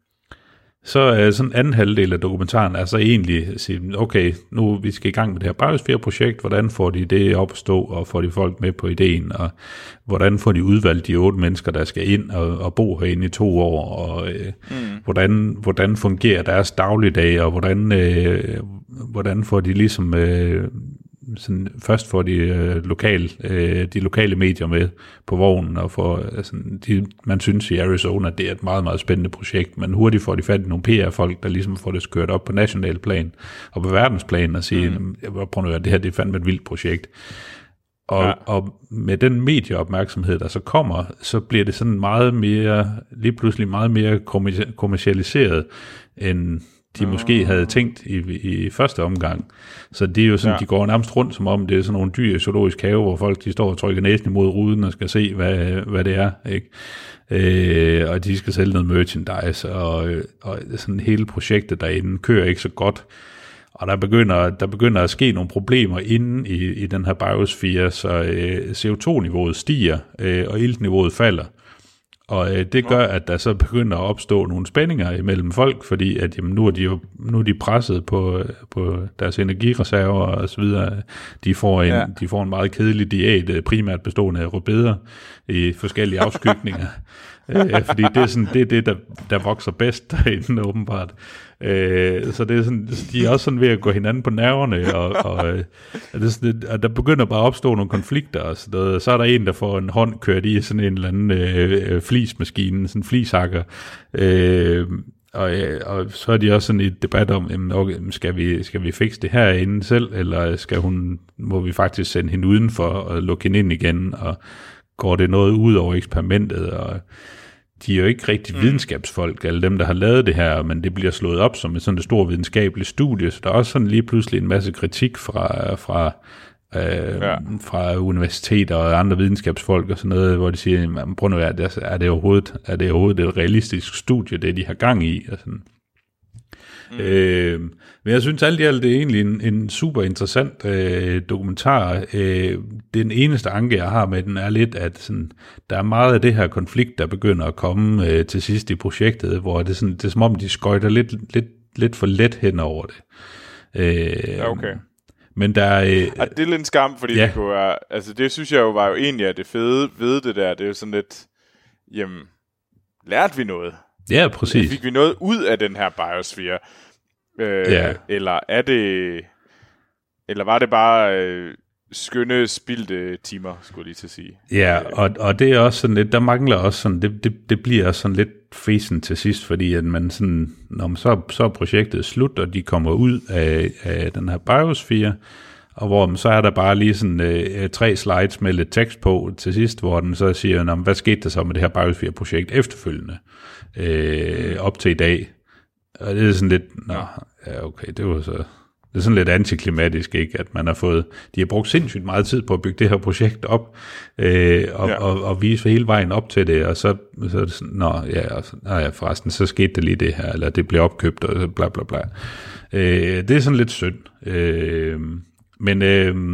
S2: så er sådan en anden halvdel af dokumentaren er så egentlig at sige, okay, nu vi skal i gang med det her Biosphere-projekt, hvordan får de det op at stå, og får de folk med på ideen, og hvordan får de udvalgt de otte mennesker, der skal ind og, og bo herinde i to år, og øh, mm. hvordan, hvordan fungerer deres dagligdag, og hvordan, øh, hvordan får de ligesom... Øh, sådan, først får de, øh, lokal, øh, de lokale medier med på vognen, og for, altså, de, man synes i Arizona, at det er et meget, meget spændende projekt, men hurtigt får de fat i nogle P R-folk, der ligesom får det skørt op på national plan og på verdensplan, og sige, mm. prøv nu at det her det er fandme et vildt projekt. Og, ja. og med den medieopmærksomhed, der så kommer, så bliver det sådan meget mere, lige pludselig meget mere kommercialiseret, end de måske havde tænkt i, i første omgang. Så det er jo sådan, ja. De går nærmest rundt, som om det er sådan nogle dyr i zoologisk have, hvor folk de står og trykker næsen imod ruden og skal se, hvad, hvad det er, ikke? Øh, og de skal sælge noget merchandise, og, og sådan hele projektet derinde kører ikke så godt. Og der begynder, der begynder at ske nogle problemer inde i, i den her Biosphere, så øh, C O to niveauet stiger, øh, og iltniveauet falder. Og øh, det gør, at der så begynder at opstå nogle spændinger imellem folk, fordi at jamen, nu er de jo nu er de presset på, på deres energireserver og så videre. De får en, ja. de får en meget kedelig diæt, primært bestående af rødbeder i forskellige afskygninger. øh, fordi det er sådan det, er det der, der vokser bedst derinde åbenbart. Øh, så det er sådan, de er også sådan ved at gå hinanden på nerverne, og, og, øh, det er sådan, og der begynder bare at opstå nogle konflikter og sådan noget. Så er der en, der får en hånd kørt i sådan en eller anden øh, flismaskine, sådan en flishakker, øh, og, og så er de også sådan i et debat om, jamen, okay, skal vi skal vi fikse det herinde selv, eller skal hun, må vi faktisk sende hende udenfor og lukke hende ind igen, og går det noget ud over eksperimentet, og de er jo ikke rigtig mm. videnskabsfolk, alle dem, der har lavet det her, men det bliver slået op som et sådan et stort videnskabeligt studie, så der er også sådan lige pludselig en masse kritik fra, fra, øh, ja. fra universiteter og andre videnskabsfolk og sådan noget, hvor de siger, prøv nu, er det, er det overhovedet, er det overhovedet et realistisk studie, det de har gang i, og sådan. Mm. Øh, men jeg synes alt i alt, det er egentlig en, en super interessant øh, dokumentar. Øh, den eneste anke, jeg har med den, er lidt, at sådan, der er meget af det her konflikt, der begynder at komme øh, til sidst i projektet, hvor det er, sådan, det er som om, de skøjter lidt, lidt, lidt for let hen over det. Øh,
S1: ja, okay.
S2: Men der er... Øh,
S1: ja, det er lidt en skam, fordi ja. det kunne være... Altså, det synes jeg jo var jo egentlig at det fede ved det der. Det er jo sådan lidt... Jamen, lærte vi noget?
S2: Ja, præcis.
S1: Fik vi noget ud af den her Biosphere? Øh, ja. Eller er det... Eller var det bare øh, skønne, spildte timer, skulle jeg lige til at sige?
S2: Ja, og, og det er også sådan lidt... Der mangler også sådan... Det, det, det bliver også sådan lidt fesen til sidst, fordi at man sådan... Når man så, så er projektet slut, og de kommer ud af, af den her Biosphere, og hvor så er der bare lige sådan øh, tre slides med lidt tekst på til sidst, hvor den så siger, hvad skete der så med det her Biosphere-projekt efterfølgende, øh, op til i dag. Og det er sådan lidt, nå, ja okay, det var så, det er sådan lidt antiklimatisk, ikke, at man har fået, de har brugt sindssygt meget tid på at bygge det her projekt op, øh, og, ja. og, og vise hele vejen op til det, og så, så er det sådan, nå ja, og så, nå, ja, forresten, så skete der lige det her, eller det blev opkøbt, og så bla bla bla. Øh, det er sådan lidt synd. Øh, Men øh,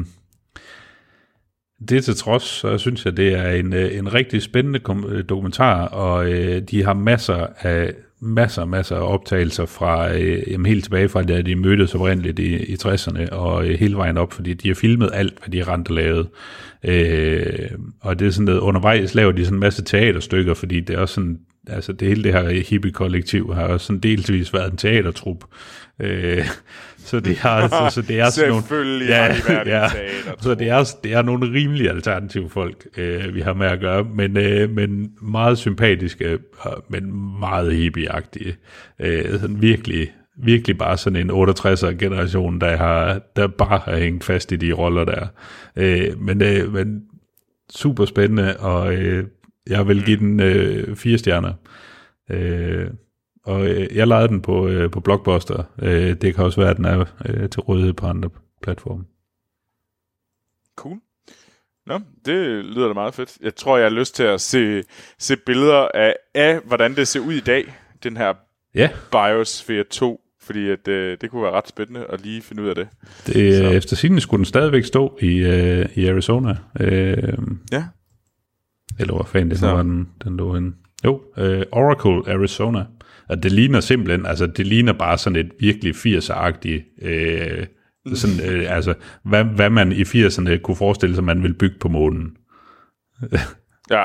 S2: det til trods, så synes jeg, det er en, en rigtig spændende dokumentar, og øh, de har masser af masser og masser af optagelser fra, øh, jamen helt tilbage fra, da de mødtes oprindeligt i, i tresserne, og øh, hele vejen op, fordi de har filmet alt, hvad de rent og lavet. Øh, og det er sådan noget, undervejs laver de sådan en masse teaterstykker, fordi det er også sådan, altså det hele det her hippie-kollektiv har også sådan delvis været en teatertrup. Øh, så det har så, så det er sådan nogle,
S1: selvfølgelig ja, har de været ja, en teatertrup.
S2: Så det er det er nogle rimelige alternative folk, øh, vi har med at gøre, men øh, men meget sympatiske, men meget hippie-agtige. Øh, sådan virkelig virkelig bare sådan en otteogtresser generation, der har der bare har hængt fast i de roller der. Øh, men øh, men super spændende, og øh, jeg vil give den øh, fire stjerner. Øh, og øh, jeg lejede den på, øh, på Blockbuster. Øh, det kan også være, at den er øh, til rådighed på andre platforme.
S1: Cool. Nå, det lyder da meget fedt. Jeg tror, jeg har lyst til at se, se billeder af, af, hvordan det ser ud i dag, den her
S2: ja.
S1: Biosphere to, fordi at, øh, det kunne være ret spændende at lige finde ud af det.
S2: det efter sigende skulle den stadigvæk stå i, øh, i Arizona. Øh,
S1: ja.
S2: Eller hvor fanden det var, den, den lå henne. Jo, øh, Oracle, Arizona. Og det ligner simpelthen, altså det ligner bare sådan et virkelig firser-agtigt, øh, sådan, øh, altså hvad, hvad man i firserne kunne forestille sig, man ville bygge på månen.
S1: ja.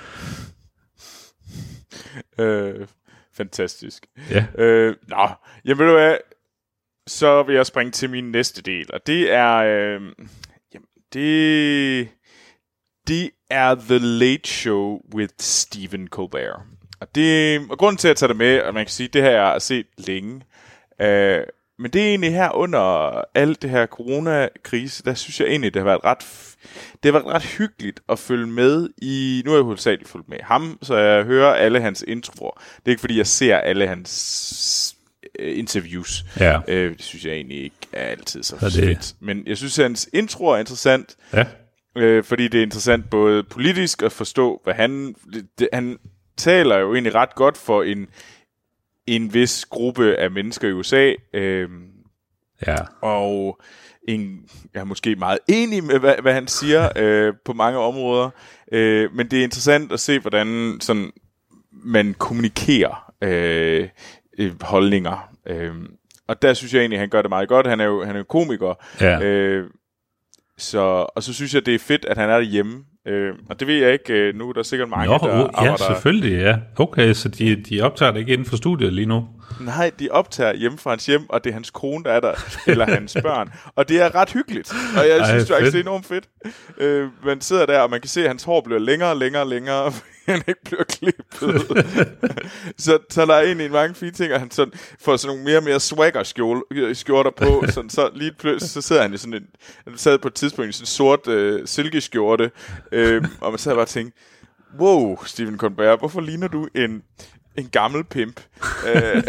S1: Øh, fantastisk.
S2: Ja.
S1: Øh, nå, jamen ved du hvad, så vil jeg springe til min næste del, og det er, øh, jamen, det, det er The Late Show with Stephen Colbert. Og, det, og grunden til at tage det med, at man kan sige, at det her jeg har set længe, øh, men det er egentlig her under alt det her coronakrise, der synes jeg egentlig, det har været ret, det har været ret hyggeligt at følge med i, nu har jeg hovedsageligt fulgt med ham, så jeg hører alle hans introer. Det er ikke fordi, jeg ser alle hans øh, interviews.
S2: Ja.
S1: Øh, det synes jeg egentlig ikke er altid så
S2: det...
S1: fedt. Men jeg synes, at hans introer er interessant,
S2: ja.
S1: øh, fordi det er interessant både politisk at forstå, hvad han... Det, han taler jo egentlig ret godt for en, en vis gruppe af mennesker i U S A. Øh,
S2: ja.
S1: Og en, jeg er måske meget enig med, hvad, hvad han siger øh, på mange områder. Øh, men det er interessant at se, hvordan sådan, man kommunikerer øh, holdninger. Øh, og der synes jeg egentlig, at han gør det meget godt. Han er jo, han er jo komiker.
S2: Ja.
S1: Øh, så, og så synes jeg, det er fedt, at han er derhjemme. Øh, og det ved jeg ikke, øh, nu er der sikkert mange,
S2: Nå,
S1: der
S2: ja,
S1: arbejder...
S2: selvfølgelig, ja. Okay, så de, de optager det ikke inden for studiet lige nu?
S1: Nej, de optager hjemme fra hans hjem, og det er hans kone, der er der, eller hans børn. Og det er ret hyggeligt, og jeg Ej, synes faktisk, det er enormt fedt. Øh, man sidder der, og man kan se, at hans hår bliver længere og længere og længere, han ikke bliver klippet. så, så der er egentlig mange fine ting, og han sådan, får sådan nogle mere og mere swagger skjorter på, sådan, så lige pludselig, så sidder han i sådan en, han sad på et tidspunkt i sådan en sort øh, silkeskjorte, øh, og man sad bare og tænkte, wow, Stephen Colbert, hvorfor ligner du en, en gammel pimp? øh,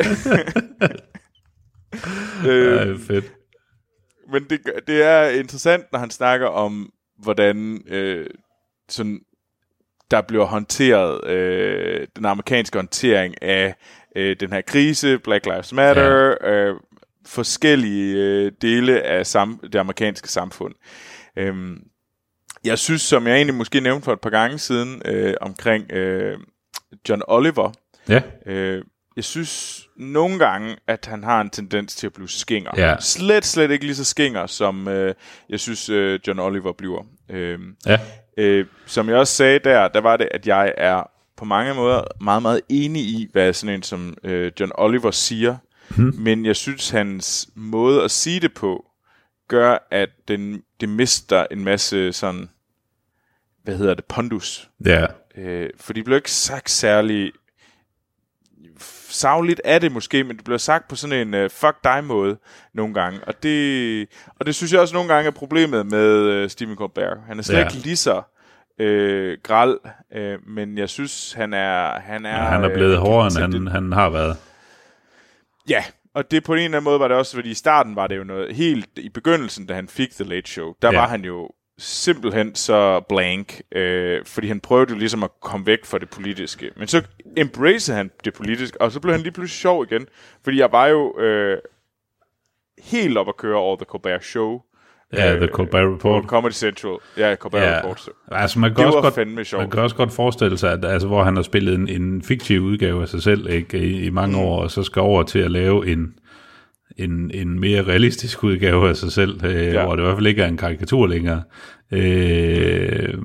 S2: øh, fedt.
S1: Men det, det er interessant, når han snakker om, hvordan øh, sådan der bliver håndteret, øh, den amerikanske håndtering af øh, den her krise, Black Lives Matter, ja. øh, forskellige øh, dele af sam- det amerikanske samfund. Øhm, jeg synes, som jeg egentlig måske nævnte for et par gange siden, øh, omkring øh, John Oliver,
S2: ja.
S1: øh, jeg synes nogle gange, at han har en tendens til at blive skinger.
S2: Ja.
S1: Slet, slet ikke lige så skinger, som øh, jeg synes, øh, John Oliver bliver. Øh,
S2: ja.
S1: Øh, som jeg også sagde der, der var det, at jeg er på mange måder meget, meget enig i, hvad sådan en som øh, John Oliver siger. Hmm. Men jeg synes, hans måde at sige det på, gør, at den, det mister en masse sådan, hvad hedder det, pondus.
S2: Ja.
S1: Øh, for de bliver ikke sagt særlig sagligt er det måske, men det bliver sagt på sådan en uh, fuck dig måde nogle gange, og det og det synes jeg også nogle gange er problemet med uh, Stephen Colbert. Han er slet
S2: ja.
S1: ikke lige så uh, gral, uh, men jeg synes han er han er
S2: ja, han er blevet uh, hårdere end han, han har været.
S1: Ja, og det på en eller anden måde var det også, fordi i starten var det jo noget helt i begyndelsen, da han fik The Late Show, der ja. var han jo simpelthen så blank, øh, fordi han prøvede jo ligesom at komme væk fra det politiske. Men så embracede han det politiske, og så blev han lige pludselig sjov igen. Fordi jeg var jo øh, helt op at køre over The Colbert Show.
S2: Ja, The Colbert Report.
S1: Comedy Central. Ja, Colbert
S2: ja.
S1: Report.
S2: Altså, man kan, også godt, man kan også godt forestille sig, at altså, hvor han har spillet en, en fiktiv udgave af sig selv ikke, i, i mange mm. år, og så skal over til at lave en, en, en mere realistisk udgave af sig selv, øh, ja. hvor det i hvert fald ikke er en karikatur længere. Øh,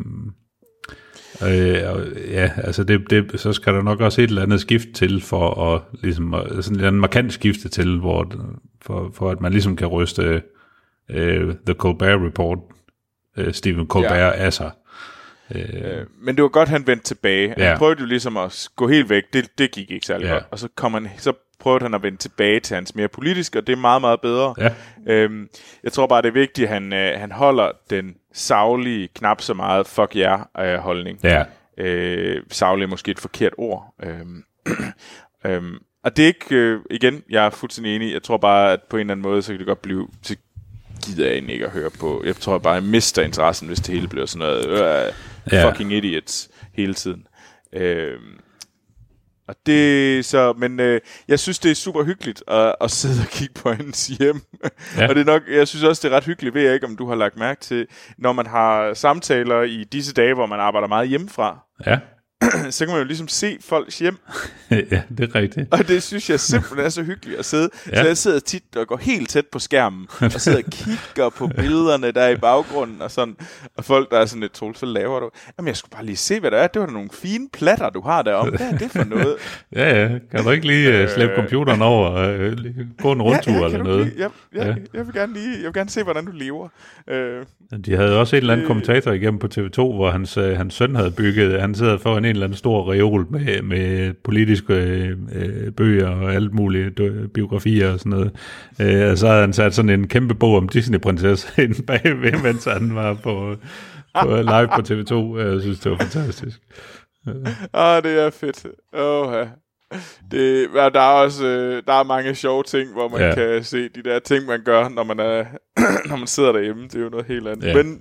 S2: øh, ja, altså det, det, så skal der nok også et eller andet skift til, for at, ligesom, sådan et eller andet markant skifte til, hvor, for, for at man ligesom kan ryste uh, The Colbert Report, uh, Stephen Colbert ja. af sig. Uh,
S1: øh, men det var godt, han vendte tilbage. Han ja. prøvede jo ligesom at gå helt væk. Det, det gik ikke særlig ja. godt. Og så, kom han, så prøvede han at vende tilbage til hans mere politiske, og det er meget, meget bedre. Ja. Øhm, jeg tror bare, det er vigtigt, at han, øh, han holder den saglige, knap så meget fuck yeah øh, holdning. Ja. Øh, saglig er måske et forkert ord. Øhm, øhm, og det er ikke, øh, igen, jeg er fuldstændig enig. Jeg tror bare, at på en eller anden måde, så kan det godt blive, så gider jeg egentlig ikke at høre på. Jeg tror bare, jeg mister interessen, hvis det hele bliver sådan noget øh, ja. fucking idiots hele tiden. Øhm, Og det så, men øh, jeg synes det er super hyggeligt at, at sidde og kigge på hans hjem. Ja. Og det er nok, jeg synes også det er ret hyggeligt, ved jeg ikke om du har lagt mærke til, når man har samtaler i disse dage, hvor man arbejder meget hjemmefra. Ja. Så kan man jo ligesom se folks hjem.
S2: Ja, det er rigtigt.
S1: Og det synes jeg simpelthen er så hyggeligt at sidde. Ja. Så jeg sidder tit og går helt tæt på skærmen, og sidder og kigger på billederne der i baggrunden, og sådan. Og folk, der er sådan lidt, Troels, hvad laver du? Jamen, jeg skulle bare lige se, hvad der er. Det var da nogle fine platter, du har derom. Hvad er det for noget?
S2: Ja, ja. Kan du ikke lige uh, slæbe computeren over og uh, gå en rundtur ja, ja, eller noget?
S1: Lige, jeg, jeg, ja. jeg, vil gerne lige, jeg vil gerne se, hvordan du lever. Uh,
S2: De havde også en eller anden øh, kommentator igennem på T V to, hvor hans, uh, hans søn havde bygget, han sidder foran en eller anden stor reol med, med politiske øh, bøger og alt muligt, øh, biografier og sådan noget. Øh, og så havde han sat sådan en kæmpe bog om Disney-prinsesse inde bagved, mens han var på, på live på T V to. Jeg synes, det var fantastisk.
S1: Ah, det er fedt. Åh, ja. Det, der er også øh, der er mange sjove ting, hvor man ja. kan se de der ting, man gør, når man, er, når man sidder derhjemme. Det er jo noget helt andet. Ja. Men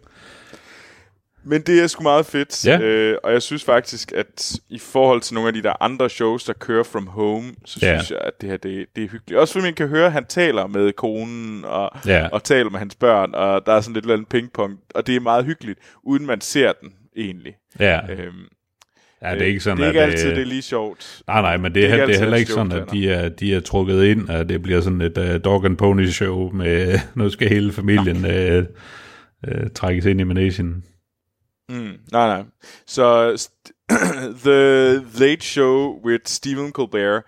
S1: Men det er sgu meget fedt, ja. øh, og jeg synes faktisk, at i forhold til nogle af de der andre shows, der kører from home, så ja. synes jeg, at det her det, det er hyggeligt. Også fordi man kan høre, at han taler med konen, og, ja. og taler med hans børn, og der er sådan lidt eller andet pingpong, og det er meget hyggeligt, uden man ser den egentlig.
S2: Ja. Øhm, Ja, det er ikke sådan,
S1: det er ikke
S2: at,
S1: altid, det er lige sjovt.
S2: Nej, nej, men det er, det er, det er heller ikke sådan, at de er, de er trukket ind, at det bliver sådan et uh, dog and pony show, med nu skal hele familien uh, uh, trækkes ind i managen.
S1: Mm, nej, nej. Så st- The Late Show with Stephen Colbert.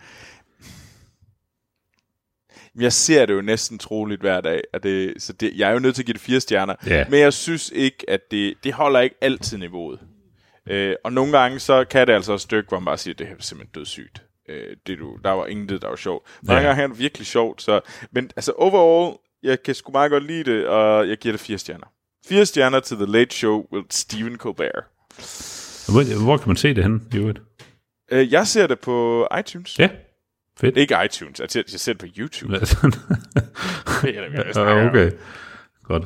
S1: Jeg ser det jo næsten troligt hver dag, og det, så det, jeg er jo nødt til at give det fire stjerner. Yeah. Men jeg synes ikke, at det, det holder ikke altid niveauet. Øh, og nogle gange, så kan det altså et stykke, hvor man bare siger, det er simpelthen dødssygt. Øh, det, du, der var intet, der var sjovt. Mange yeah. gange er det virkelig sjovt. Så, men altså overall, jeg kan sgu meget godt lide det, og jeg giver det fire stjerner. Fire stjerner til The Late Show with Stephen Colbert.
S2: Hvor, hvor kan man se det henne, Jørgen?
S1: Øh, jeg ser det på iTunes.
S2: Ja, fedt.
S1: Ikke iTunes, jeg ser, jeg ser det på YouTube.
S2: det er det, okay, godt.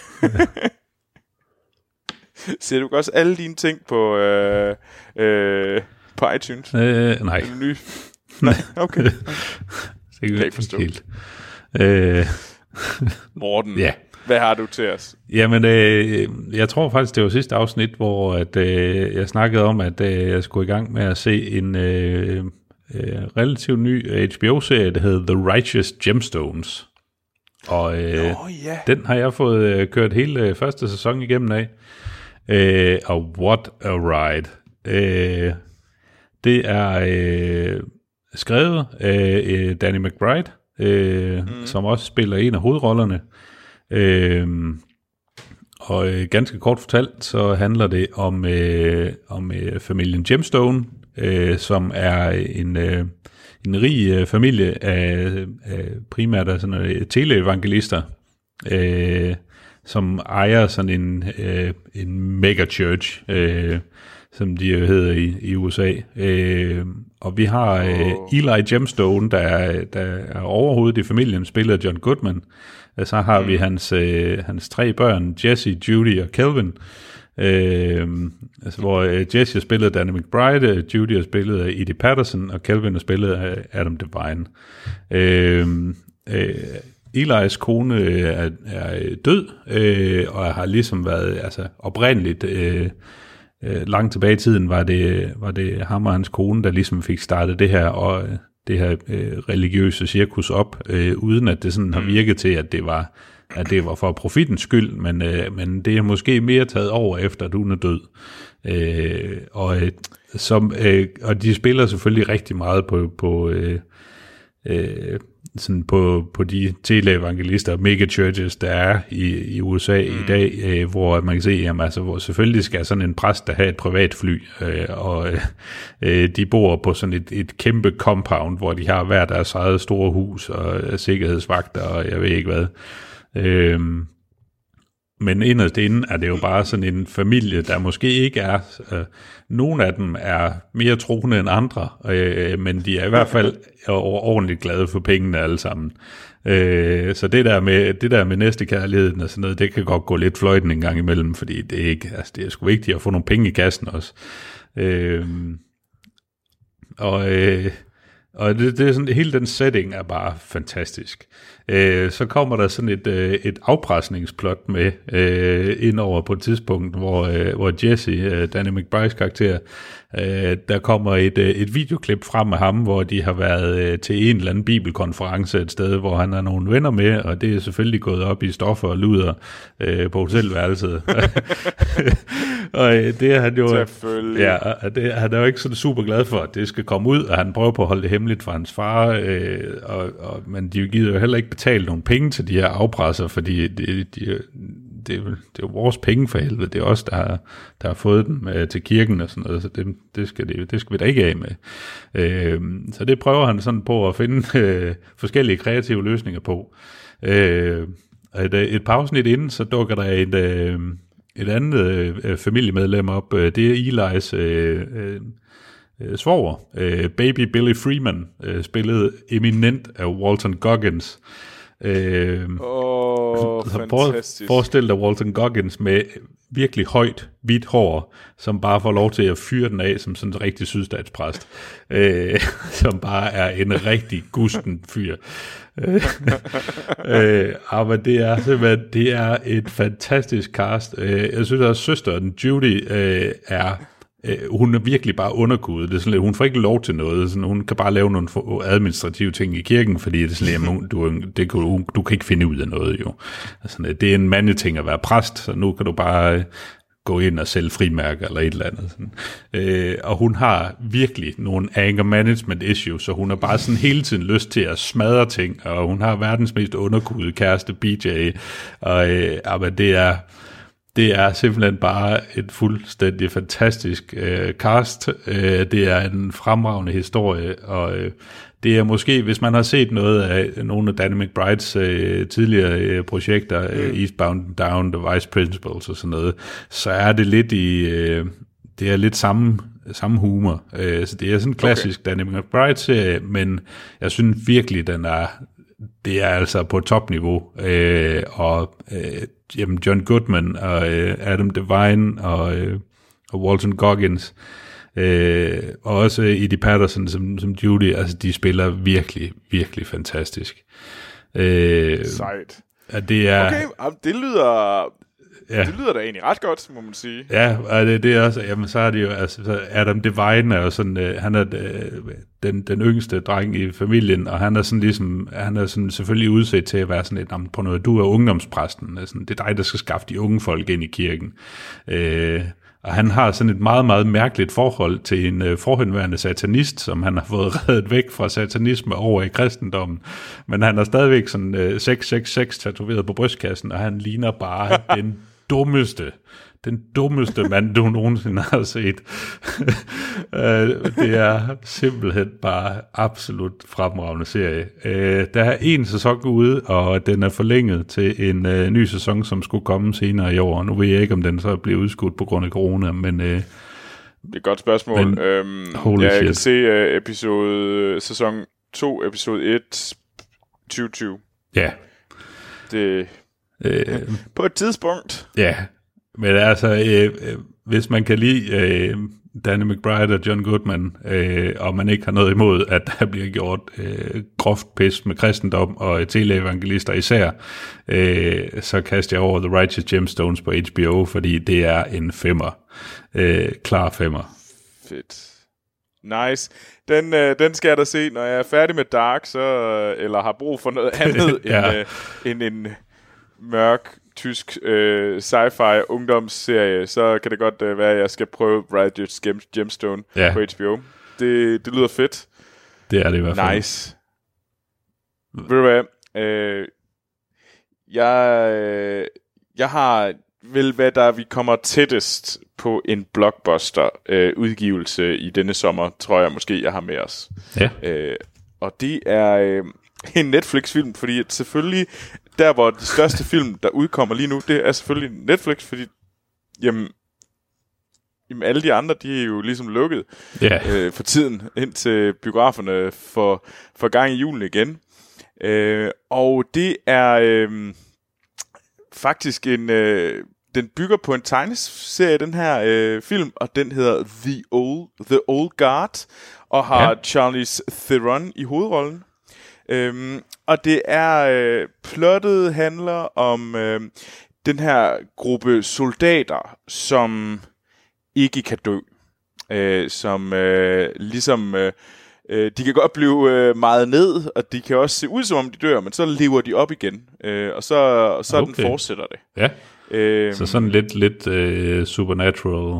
S1: Ser du også alle dine ting på, øh, øh, på iTunes?
S2: Øh, nej.
S1: Er nye? Nej, okay. Det kan jeg ikke forstå. Helt. Øh. Morten. Ja. Hvad har du til os?
S2: Jamen, øh, jeg tror faktisk, det var sidste afsnit, hvor at, øh, jeg snakkede om, at øh, jeg skulle i gang med at se en øh, øh, relativt ny H B O-serie, der hedder The Righteous Gemstones. Og øh, oh, yeah. den har jeg fået øh, kørt hele øh, første sæson igennem af. Øh, og what a ride. Øh, det er øh, skrevet af Danny McBride, øh, mm. som også spiller en af hovedrollerne. Øhm, og øh, ganske kort fortalt, så handler det om, øh, om øh, familien Gemstone, øh, som er en, øh, en rig øh, familie af, af primært af sådan øh, teleevangelister, øh, som ejer sådan en, øh, en mega church, øh, som de jo hedder i, i U S A. Øh, og vi har øh, Eli Gemstone, der er, der er overhovedet i familien, spiller John Goodman. Så har mm. vi hans, øh, hans tre børn, Jesse, Judy og Kelvin, øh, altså, hvor øh, Jesse er spillet af Danny McBride, Judy er spillet af Eddie Patterson, og Kelvin er spillet af Adam Devine. Øh, øh, Eli's kone er, er død, øh, og har ligesom været altså, oprindeligt øh, øh, langt tilbage i tiden, var det, var det ham og hans kone, der ligesom fik startet det her, og det her øh, religiøse cirkus op, øh, uden at det sådan har virket til, at det var, at det var for profitens skyld, men, øh, men det er måske mere taget over efter, at hun er død. Øh, og, øh, som, øh, og de spiller selvfølgelig rigtig meget på, på øh, øh, sådan på, på de teleevangelister og megachurches, der er i, i U S A mm. i dag, øh, hvor man kan se, jamen, altså, hvor selvfølgelig skal sådan en præst, der have et privat fly, øh, og øh, de bor på sådan et, et kæmpe compound, hvor de har hver deres eget store hus og øh, sikkerhedsvagter, og jeg ved ikke hvad. Øh, Men inderst inde er det jo bare sådan en familie, der måske ikke er... Øh, nogle af dem er mere troende end andre, øh, men de er i hvert fald ordentligt glade for pengene alle sammen. Øh, så det der med det der med næstekærligheden og sådan noget, det kan godt gå lidt fløjten en gang imellem, fordi det er ikke, altså det er sgu vigtigt at få nogle penge i kassen også. Øh, og øh, og det, det er sådan, hele den setting er bare fantastisk. Øh, så kommer der sådan et, øh, et afpresningsplot med øh, ind over på et tidspunkt, hvor, øh, hvor Jesse, øh, Danny McBrides karakter, øh, der kommer et, øh, et videoklip frem af ham, hvor de har været øh, til en eller anden bibelkonference et sted, hvor han har nogle venner med, og det er selvfølgelig gået op i stoffer og luder øh, på hotelværelset. Og øh, det er han jo... Ja, det, han er jo ikke sådan super glad for, at det skal komme ud, og han prøver på at holde det hemmeligt for hans far, øh, og, og, men de gider jo heller ikke betale nogle penge til de her afpresser, fordi det, de, det, det er jo vores penge for helvede, det er os, der har, der har fået dem øh, til kirken og sådan noget, så det, det, skal, det, det skal vi da ikke af med. Øh, så det prøver han sådan på at finde øh, forskellige kreative løsninger på. Øh, et, et par afsnit inden, så dukker der et... Øh, Et andet øh, familiemedlem op, øh, det er Eli's øh, øh, svoger, øh, Baby Billy Freeman, øh, spillet eminent af Walton Goggins. Øh,
S1: oh, fantastisk.
S2: Forestil dig Walton Goggins med virkelig højt, hvidt hår, som bare får lov til at fyre den af som sådan en rigtig sydstatspræst, øh, som bare er en rigtig gusten fyr. øh, men det er simpelthen, det er et fantastisk cast. Øh, jeg synes også, søsteren Judy øh, er øh, hun er virkelig bare underkudet. Det er sådan, hun får ikke lov til noget. Sådan, hun kan bare lave nogle administrative ting i kirken, fordi det er sådan, jamen, du, det, du, du kan ikke finde ud af noget jo. Altså, det er en mandeting at være præst, så nu kan du bare øh, gå ind og sælge frimærker eller et eller andet. Sådan. Øh, og hun har virkelig nogle anger management issues, så hun har bare sådan hele tiden lyst til at smadre ting, og hun har verdens mest underkudede kæreste, B J, og øh, aber det er det er simpelthen bare et fuldstændig fantastisk øh, cast. Øh, det er en fremragende historie, og øh, det er måske, hvis man har set noget af nogle af Danny McBrides øh, tidligere øh, projekter, øh, Eastbound and Down, The Vice Principals og sådan noget, så er det lidt i, øh, det er lidt samme, samme humor. Øh, så det er sådan en klassisk okay. Danny McBride-serie, men jeg synes virkelig, den er, det er altså på topniveau, øh, og øh, jamen John Goodman og øh, Adam Devine og, øh, og Walton Goggins, Øh, og også Eddie Patterson som, som Judy, altså de spiller virkelig, virkelig fantastisk. Øh,
S1: Sejt.
S2: At det er,
S1: okay, det lyder, ja. det lyder da egentlig ret godt, må man sige.
S2: Ja, og det, det er også, jamen så er det jo, altså Adam Devine er jo sådan, øh, han er øh, den, den yngste dreng i familien, og han er sådan ligesom, han er sådan selvfølgelig udset til at være sådan et, jamen, på noget, du er ungdomspræsten, altså, det er dig, der skal skaffe de unge folk ind i kirken. Øh, Og han har sådan et meget, meget mærkeligt forhold til en øh, forhenværende satanist, som han har fået reddet væk fra satanisme over i kristendommen. Men han har stadigvæk sådan øh, seks seks seks tatoveret på brystkassen, og han ligner bare den dummeste, den dummeste mand, du nogensinde har set. Det er simpelthen bare absolut fremragende serie. Der er en sæson ude, og den er forlænget til en uh, ny sæson, som skulle komme senere i år. Nu ved jeg ikke, om den så bliver udskudt på grund af corona, men... Uh,
S1: det er et godt spørgsmål. Men, øhm, ja, jeg shit. kan se uh, episode, sæson to, episode et, tyve tyve.
S2: Ja.
S1: Det... Øh, på et tidspunkt.
S2: Ja. Men altså, øh, hvis man kan lide øh, Danny McBride og John Goodman, øh, og man ikke har noget imod, at der bliver gjort øh, groft pis med kristendom og teleevangelister især, øh, så kaster jeg over The Righteous Gemstones på H B O, fordi det er en femmer. Øh, klar femmer.
S1: Fedt. Nice. Den, øh, den skal jeg da se, når jeg er færdig med Dark, så, eller har brug for noget andet ja. end, øh, end en mørk, tysk øh, sci-fi ungdomsserie, så kan det godt øh, være, at jeg skal prøve Righteous Gemstone ja. på H B O. Det, det lyder fedt.
S2: Det er det i hvert fald.
S1: Nice. Ved du hvad? Øh, jeg, øh, jeg har vel, hvad der vi kommer tættest på en blockbuster øh, udgivelse i denne sommer, tror jeg måske, jeg har med os.
S2: Ja.
S1: Øh, og det er øh, en Netflix-film, fordi at selvfølgelig der, hvor de største film, der udkommer lige nu, det er selvfølgelig Netflix, fordi jamen, jamen alle de andre, de er jo ligesom lukket
S2: yeah.
S1: øh, for tiden, indtil biograferne får, får gang i julen igen. Øh, og det er øh, faktisk en... Øh, den bygger på en tegneserie, den her øh, film, og den hedder The Old, The Old Guard, og har ja. Charlize Theron i hovedrollen. Øhm, og det er øh, plottet handler om øh, den her gruppe soldater, som ikke kan dø, øh, som øh, ligesom øh, øh, de kan godt blive øh, meget ned, og de kan også se ud som om de dør, men så lever de op igen, øh, og så og så okay. den fortsætter det.
S2: Ja.
S1: Øhm,
S2: så sådan lidt lidt uh, supernatural.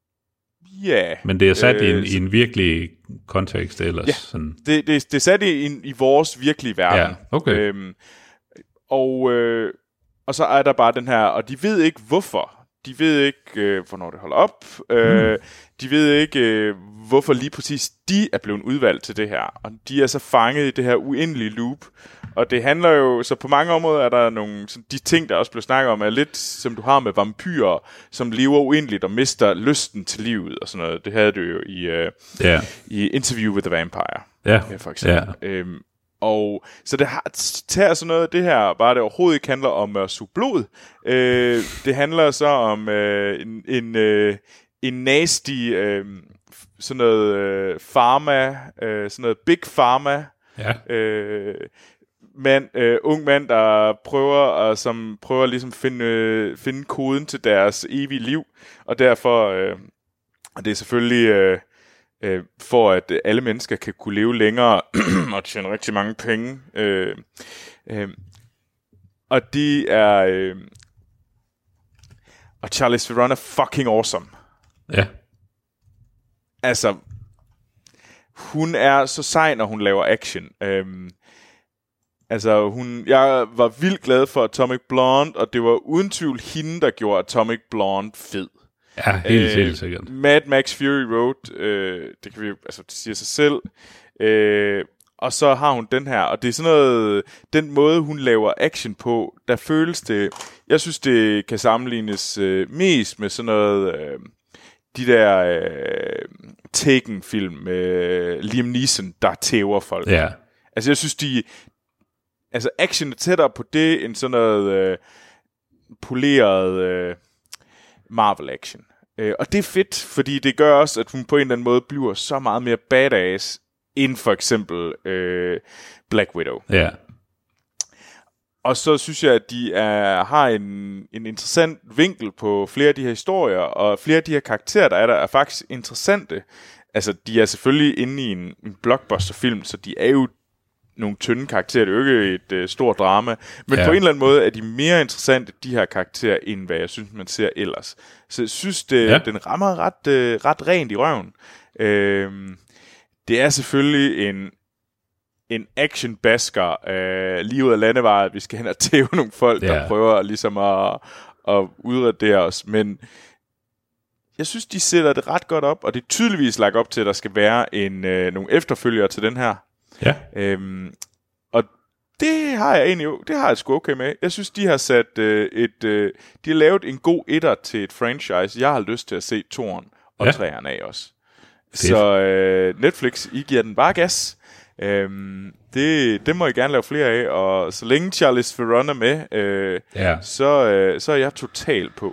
S1: Ja. Yeah,
S2: men det er sat øh, i, en, i en virkelig kontekst ellers.
S1: Ja,
S2: sådan.
S1: det, det, det er sat i, i, i vores virkelige verden.
S2: Ja, okay.
S1: Øhm, og, øh, og så er der bare den her, og de ved ikke hvorfor. De ved ikke, øh, hvornår det holder op. Øh, mm. De ved ikke, øh, hvorfor lige præcis de er blevet udvalgt til det her. Og de er så fanget i det her uendelige loop. Og det handler jo, så på mange områder er der nogle, så de ting, der også blev snakket om, er lidt som du har med vampyrer, som lever uendeligt og mister lysten til livet og sådan noget. Det havde du jo i, uh,
S2: yeah.
S1: i Interview with the Vampire,
S2: yeah.
S1: for eksempel. Yeah. Øhm, og så det har, tager sådan noget af det her, bare det overhovedet ikke handler om at suge blod. Øh, det handler så om øh, en, en, øh, en nasty, øh, sådan noget øh, pharma, øh, sådan noget big pharma,
S2: ja.
S1: øh, mand, øh, ung mand, der prøver og som prøver ligesom finde øh, finde koden til deres evige liv, og derfor øh, og det er selvfølgelig øh, øh, for at alle mennesker kan kunne leve længere og tjene rigtig mange penge. Øh, øh, og de er øh, og Charlize Theron er fucking awesome.
S2: Ja.
S1: Altså, hun er så sej, når hun laver action. Øhm, altså, hun, jeg var vildt glad for Atomic Blonde, og det var uden tvivl hende, der gjorde Atomic Blonde fed.
S2: Ja, helt, øh, helt sikkert.
S1: Mad Max Fury Road, øh, det kan vi altså, det siger sig selv. Øh, og så har hun den her, og det er sådan noget, den måde, hun laver action på, der føles det, jeg synes, det kan sammenlignes øh, mest med sådan noget... Øh, de der øh, Taken-film med Liam Neeson, der tæver folk.
S2: Ja.
S1: Altså, jeg synes, de... Altså, action er tættere på det, end sådan noget øh, poleret øh, Marvel-action. Øh, og det er fedt, fordi det gør også, at hun på en eller anden måde bliver så meget mere badass, end for eksempel øh, Black Widow.
S2: Ja.
S1: Og så synes jeg, at de er, har en, en interessant vinkel på flere af de her historier, og flere af de her karakterer, der er der, er faktisk interessante. Altså, de er selvfølgelig inde i en, en blockbuster-film, så de er jo nogle tynde karakterer. Det er jo ikke et øh, stort drama. Men ja. På en eller anden måde er de mere interessante, de her karakterer, end hvad jeg synes, man ser ellers. Så jeg synes, det, ja. den rammer ret, øh, ret rent i røven. Øh, det er selvfølgelig en... en action-basker øh, lige ud af landevejet, vi skal hen og tæve nogle folk, yeah. der prøver ligesom at, at udradere os. Men jeg synes, de sætter det ret godt op, og det er tydeligvis lagt op til, at der skal være en, øh, nogle efterfølgere til den her.
S2: Ja.
S1: Øhm, og det har jeg egentlig det har jeg sgu okay med. Jeg synes, de har sat øh, et... Øh, de har lavet en god etter til et franchise. Jeg har lyst til at se toeren og ja. træerne af også. Fedt. Så øh, Netflix, I giver den bare gas. Øhm, det, det må jeg gerne lave flere af, og så længe Charlize Theron er med, øh,
S2: ja.
S1: så, øh, så er jeg totalt på.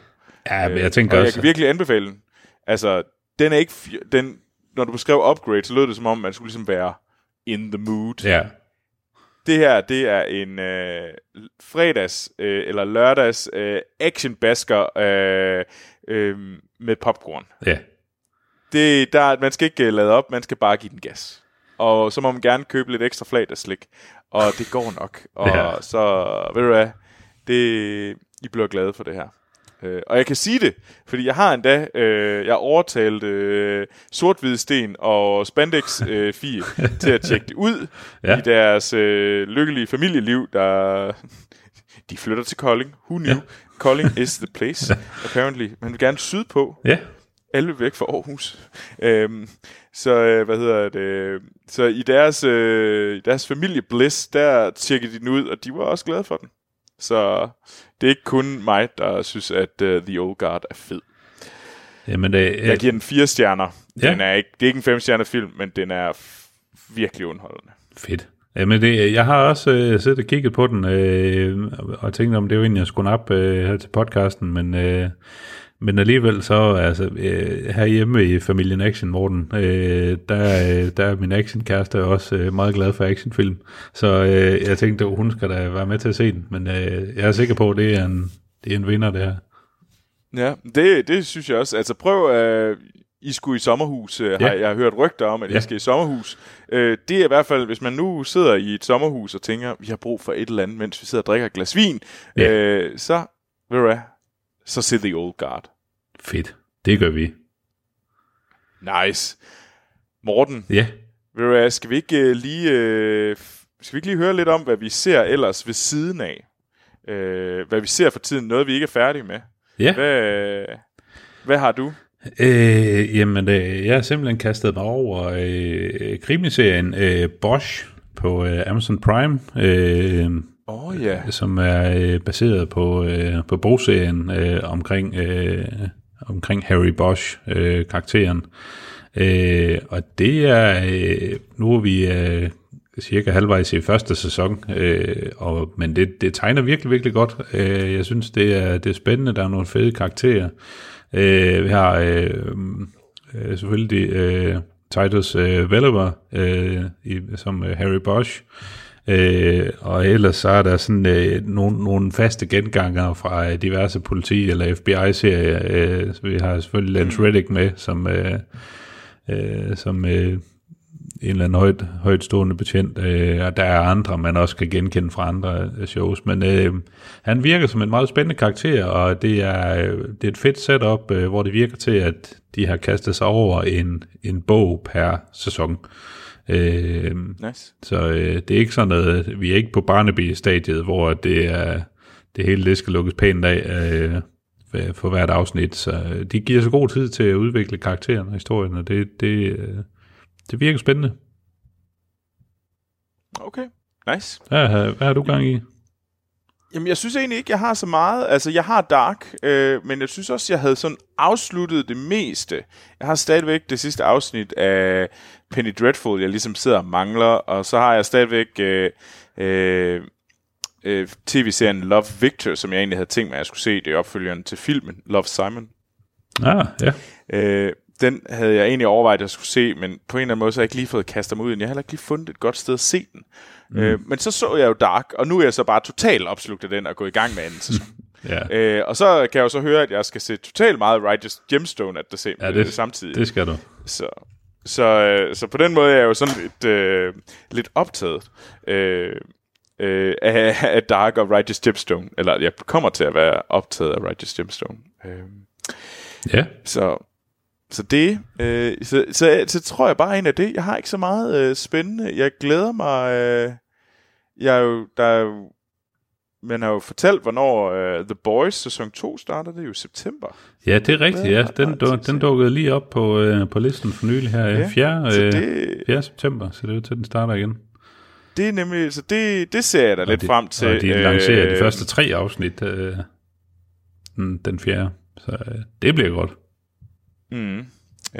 S2: Ja, men jeg tænker
S1: og
S2: også...
S1: jeg kan virkelig anbefale den. Altså, den er ikke... Den, når du beskrev Upgrade, så lød det som om, man skulle ligesom være in the mood.
S2: Ja.
S1: Det her, det er en øh, fredags øh, eller lørdags øh, actionbasker øh, øh, med popcorn.
S2: Ja.
S1: Det, der, man skal ikke lade op, man skal bare give den gas. Og så må man gerne købe lidt ekstra fladagsslik. Og det går nok. Og
S2: ja.
S1: så, ved du hvad, det, I bliver glade for det her. Øh, og jeg kan sige det, fordi jeg har endda, øh, jeg overtalte øh, Sort-Hvid Sten og Spandex øh, Fie til at tjekke det ud ja. i deres øh, lykkelige familieliv, der de flytter til Kolding. Who knew? Ja. Kolding is the place, apparently. Man vil gerne sydpå.
S2: Ja.
S1: Alle væk fra Aarhus. Øhm, så, øh, hvad hedder det? Så i deres, øh, deres familiebliss, der tjekkede de den ud, og de var også glade for den. Så det er ikke kun mig, der synes, at uh, The Old Guard er fed.
S2: Jamen det, jeg,
S1: jeg giver den fire stjerner.
S2: Ja.
S1: Den er ikke, det er ikke en fem-stjernet film, men den er f- virkelig underholdende.
S2: Fedt. Jamen det, jeg har også øh, siddet og kigget på den, øh, og tænkt om det var egentlig, jeg skulle op øh, her til podcasten, men... Øh, Men alligevel så, altså, øh, herhjemme i Familien Action, Morten, øh, der, øh, der er min actionkæreste også øh, meget glad for actionfilm. Så øh, jeg tænkte, at hun skal da være med til at se den. Men øh, jeg er sikker på, at det er en, det er en vinder, det her.
S1: Ja, det, det synes jeg også. Altså prøv, øh, I skulle i sommerhus. Øh, ja. har, jeg har hørt rygter om, at I ja. skal i sommerhus. Øh, det er i hvert fald, hvis man nu sidder i et sommerhus og tænker, vi har brug for et eller andet, mens vi sidder og drikker et glas vin, ja. øh, så, ved du hvad? Så se The Old Guard.
S2: Fedt. Det gør vi.
S1: Nice. Morten.
S2: Ja.
S1: Ved du hvad, skal vi ikke uh, lige uh, skal vi ikke lige høre lidt om, hvad vi ser ellers ved siden af? Uh, hvad vi ser for tiden, noget vi ikke er færdige med.
S2: Ja.
S1: Hvad, hvad har du?
S2: Øh, jamen, øh, jeg har simpelthen kastet mig over øh, krimiserien øh, Bosch på øh, Amazon Prime. Øh,
S1: Oh, yeah.
S2: Som er øh, baseret på, øh, på bogserien øh, omkring, øh, omkring Harry Bosch øh, karakteren. Øh, og det er, øh, nu er vi øh, cirka halvvejs i første sæson, øh, og, men det, det tegner virkelig, virkelig godt. Øh, jeg synes, det er, det er spændende, der er nogle fede karakterer. Øh, vi har øh, øh, selvfølgelig øh, Titus øh, Welliver øh, i, som øh, Harry Bosch. Øh, og ellers så er der sådan øh, nogle, nogle faste genganger fra øh, diverse politi- eller F B I-serier. Øh, så vi har selvfølgelig Lance Reddick med, som, øh, øh, som øh, en eller anden højt, højtstående betjent. Øh, og der er andre, man også kan genkende fra andre øh, shows. Men øh, han virker som en meget spændende karakter, og det er, det er et fedt setup, øh, hvor det virker til, at de har kastet sig over en, en bog per sæson. Øh,
S1: nice.
S2: Så øh, det er ikke sådan noget, vi er ikke på Barnaby-stadiet, hvor det er det hele det skal lukkes pænt af øh, for hvert afsnit. Så øh, de giver så god tid til at udvikle karakteren og historien, og det, det, øh, det virker spændende.
S1: Okay, nice.
S2: Ja, hvad har du gang i?
S1: Jamen, jeg synes egentlig ikke, jeg har så meget. Altså, jeg har Dark, øh, men jeg synes også, jeg havde sådan afsluttet det meste. Jeg har stadigvæk det sidste afsnit af Penny Dreadful, jeg ligesom sidder og mangler, og så har jeg stadigvæk øh, øh, øh, tv-serien Love Victor, som jeg egentlig havde tænkt mig, at jeg skulle se det i opfølgeren til filmen Love Simon.
S2: Ah, ja.
S1: Øh, den havde jeg egentlig overvejet, at jeg skulle se, men på en eller anden måde, så har jeg ikke lige fået kastet mig ud i den. Jeg har heller ikke lige fundet et godt sted at se den. Mm. Øh, men så så jeg jo Dark, og nu er jeg så bare totalt opslugt af den og gå i gang med anden sæson.
S2: Ja.
S1: øh, og så kan jeg jo så høre, at jeg skal se totalt meget Righteous Gemstone at det, se,
S2: ja, det,
S1: det samtidig.
S2: Det skal du.
S1: Så, så, øh, så på den måde er jeg jo sådan lidt, øh, lidt optaget øh, øh, af, af Dark og Righteous Gemstone. Eller jeg kommer til at være optaget af Righteous Gemstone. Øh,
S2: ja.
S1: Så... Så det, øh, så, så, så tror jeg bare en af det. Jeg har ikke så meget øh, spændende. Jeg glæder mig. Øh, jeg er jo, der er jo, man har jo fortalt, hvornår øh, The Boys sæson to starter. Det er jo september.
S2: Ja, det er rigtigt. Ja, den, du, den dukkede lige op på øh, på listen for nylig her. Ja, fjerde, øh, det, fjerde september, så det er jo til den starter igen.
S1: Det er nemlig, så det, det ser jeg da og lidt
S2: de,
S1: frem til.
S2: Og de lancerer øh, de første tre afsnit øh, den fjerde, så øh, det bliver godt.
S1: Mm.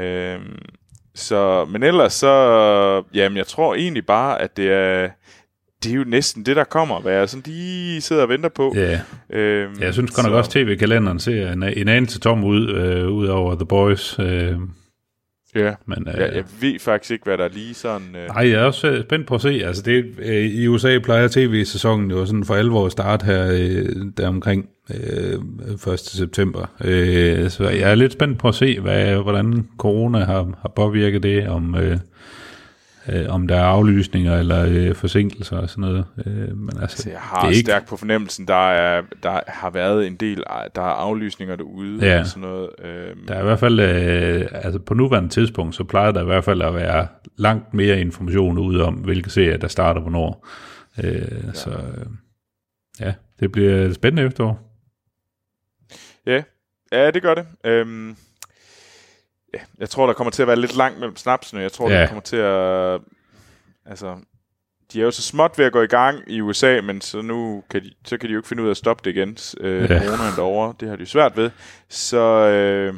S1: Øhm, så, men ellers så, jamen jeg tror egentlig bare, at det er, det er jo næsten det, der kommer, hvad jeg sådan lige sidder og venter på.
S2: Ja, øhm, jeg synes godt nok også, tv-kalenderen ser en, en anelse tom ud, øh, ud over The Boys. Øh,
S1: ja, men, øh, jeg, jeg ved faktisk ikke, hvad der er lige sådan... Øh...
S2: Nej, jeg er også spændt på at se. Altså, det, øh, i U S A plejer tv-sæsonen jo sådan for alvor at starte her øh, der omkring øh, første september. Øh, så jeg er lidt spændt på at se, hvad, hvordan corona har, har påvirket det, om... Øh, Øh, om der er aflysninger eller øh, forsinkelser og sådan noget. Øh, men altså,
S1: altså, jeg har ikke... stærkt på fornemmelsen, der, er, der har været en del, der er aflysninger derude.
S2: Ja.
S1: Og sådan noget. Øh...
S2: Der er i hvert fald, øh, altså på nuværende tidspunkt, så plejer der i hvert fald at være langt mere information ud om, hvilke serier, der starter hvornår. Øh, ja. Så øh, ja, det bliver et spændende efterår.
S1: Ja, ja det gør det. Øhm... Ja, jeg tror, der kommer til at være lidt langt mellem snapsene. Jeg tror, ja. der kommer til at... Altså, de er jo så småt ved at gå i gang i U S A, men så nu kan de, så kan de jo ikke finde ud af at stoppe det igen. Øh, ja. Coronaen derovre, det har de svært ved. Så, øh,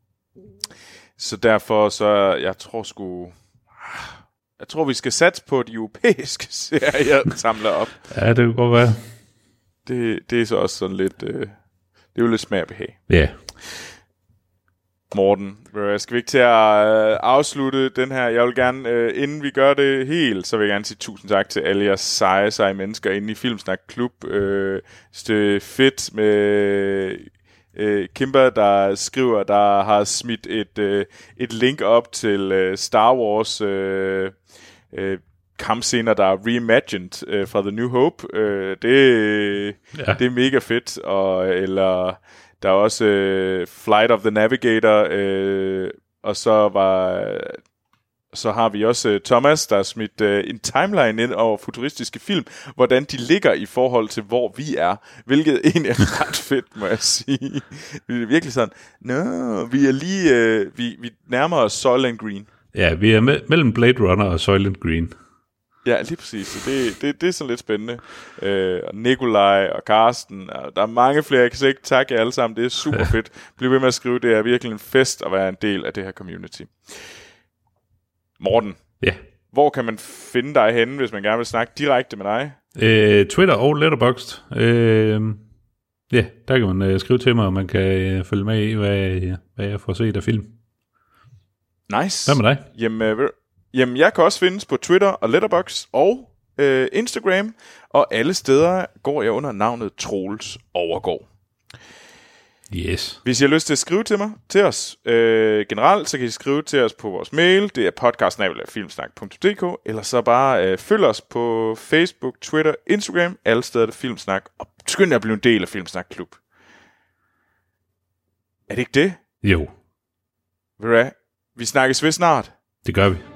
S1: så derfor, så jeg tror sgu... Jeg tror, vi skal satse på de europæiske serier, der samler op.
S2: Ja, det kan godt være.
S1: Det, det er så også sådan lidt... Øh, det er jo lidt smag og behag.
S2: Ja.
S1: Morten, skal vi ikke til at afslutte den her? Jeg vil gerne, inden vi gør det helt, så vil jeg gerne sige tusind tak til alle jer seje, seje mennesker inde i Filmsnak Klub. Det er fedt med Kimber, der skriver, der har smidt et, et link op til Star Wars kampscener, der er reimagined fra The New Hope. Det, ja. det er mega fedt. Og, eller... Der er også øh, Flight of the Navigator, øh, og så var så har vi også øh, Thomas, der har smidt øh, en timeline ind over futuristiske film, hvordan de ligger i forhold til, hvor vi er, hvilket egentlig er ret fedt, må jeg sige. Vi er virkelig sådan, nå, vi er lige, øh, vi, vi nærmer os Soylent Green.
S2: Ja, vi er me- mellem Blade Runner og Soylent Green.
S1: Ja, lige præcis. Så det, det, det er sådan lidt spændende. Øh, og Nikolaj og Karsten, og der er mange flere. Jeg kan ikke takke jer alle sammen. Det er super fedt. Bliv ved med at skrive. Det er virkelig en fest at være en del af det her community. Morten.
S2: Ja.
S1: Hvor kan man finde dig henne, hvis man gerne vil snakke direkte med dig?
S2: Øh, Twitter og Letterboxd. Øh, ja, der kan man øh, skrive til mig, og man kan øh, følge med i, hvad, hvad jeg får set af film.
S1: Nice.
S2: Hvad med dig?
S1: Jamen, øh, Jamen, jeg kan også findes på Twitter og Letterboxd og øh, Instagram, og alle steder går jeg under navnet Troels Overgaard.
S2: Yes.
S1: Hvis I har lyst til at skrive til mig, til os øh, generelt, så kan I skrive til os på vores mail. Det er podcast snabel-a filmsnak punktum d k, eller så bare øh, følg os på Facebook, Twitter, Instagram, alle steder der Filmsnak, og skynd jer at blive en del af Filmsnak Klub. Er det ikke det?
S2: Jo.
S1: Ved du hvad? Vi snakkes ved snart.
S2: Det gør vi.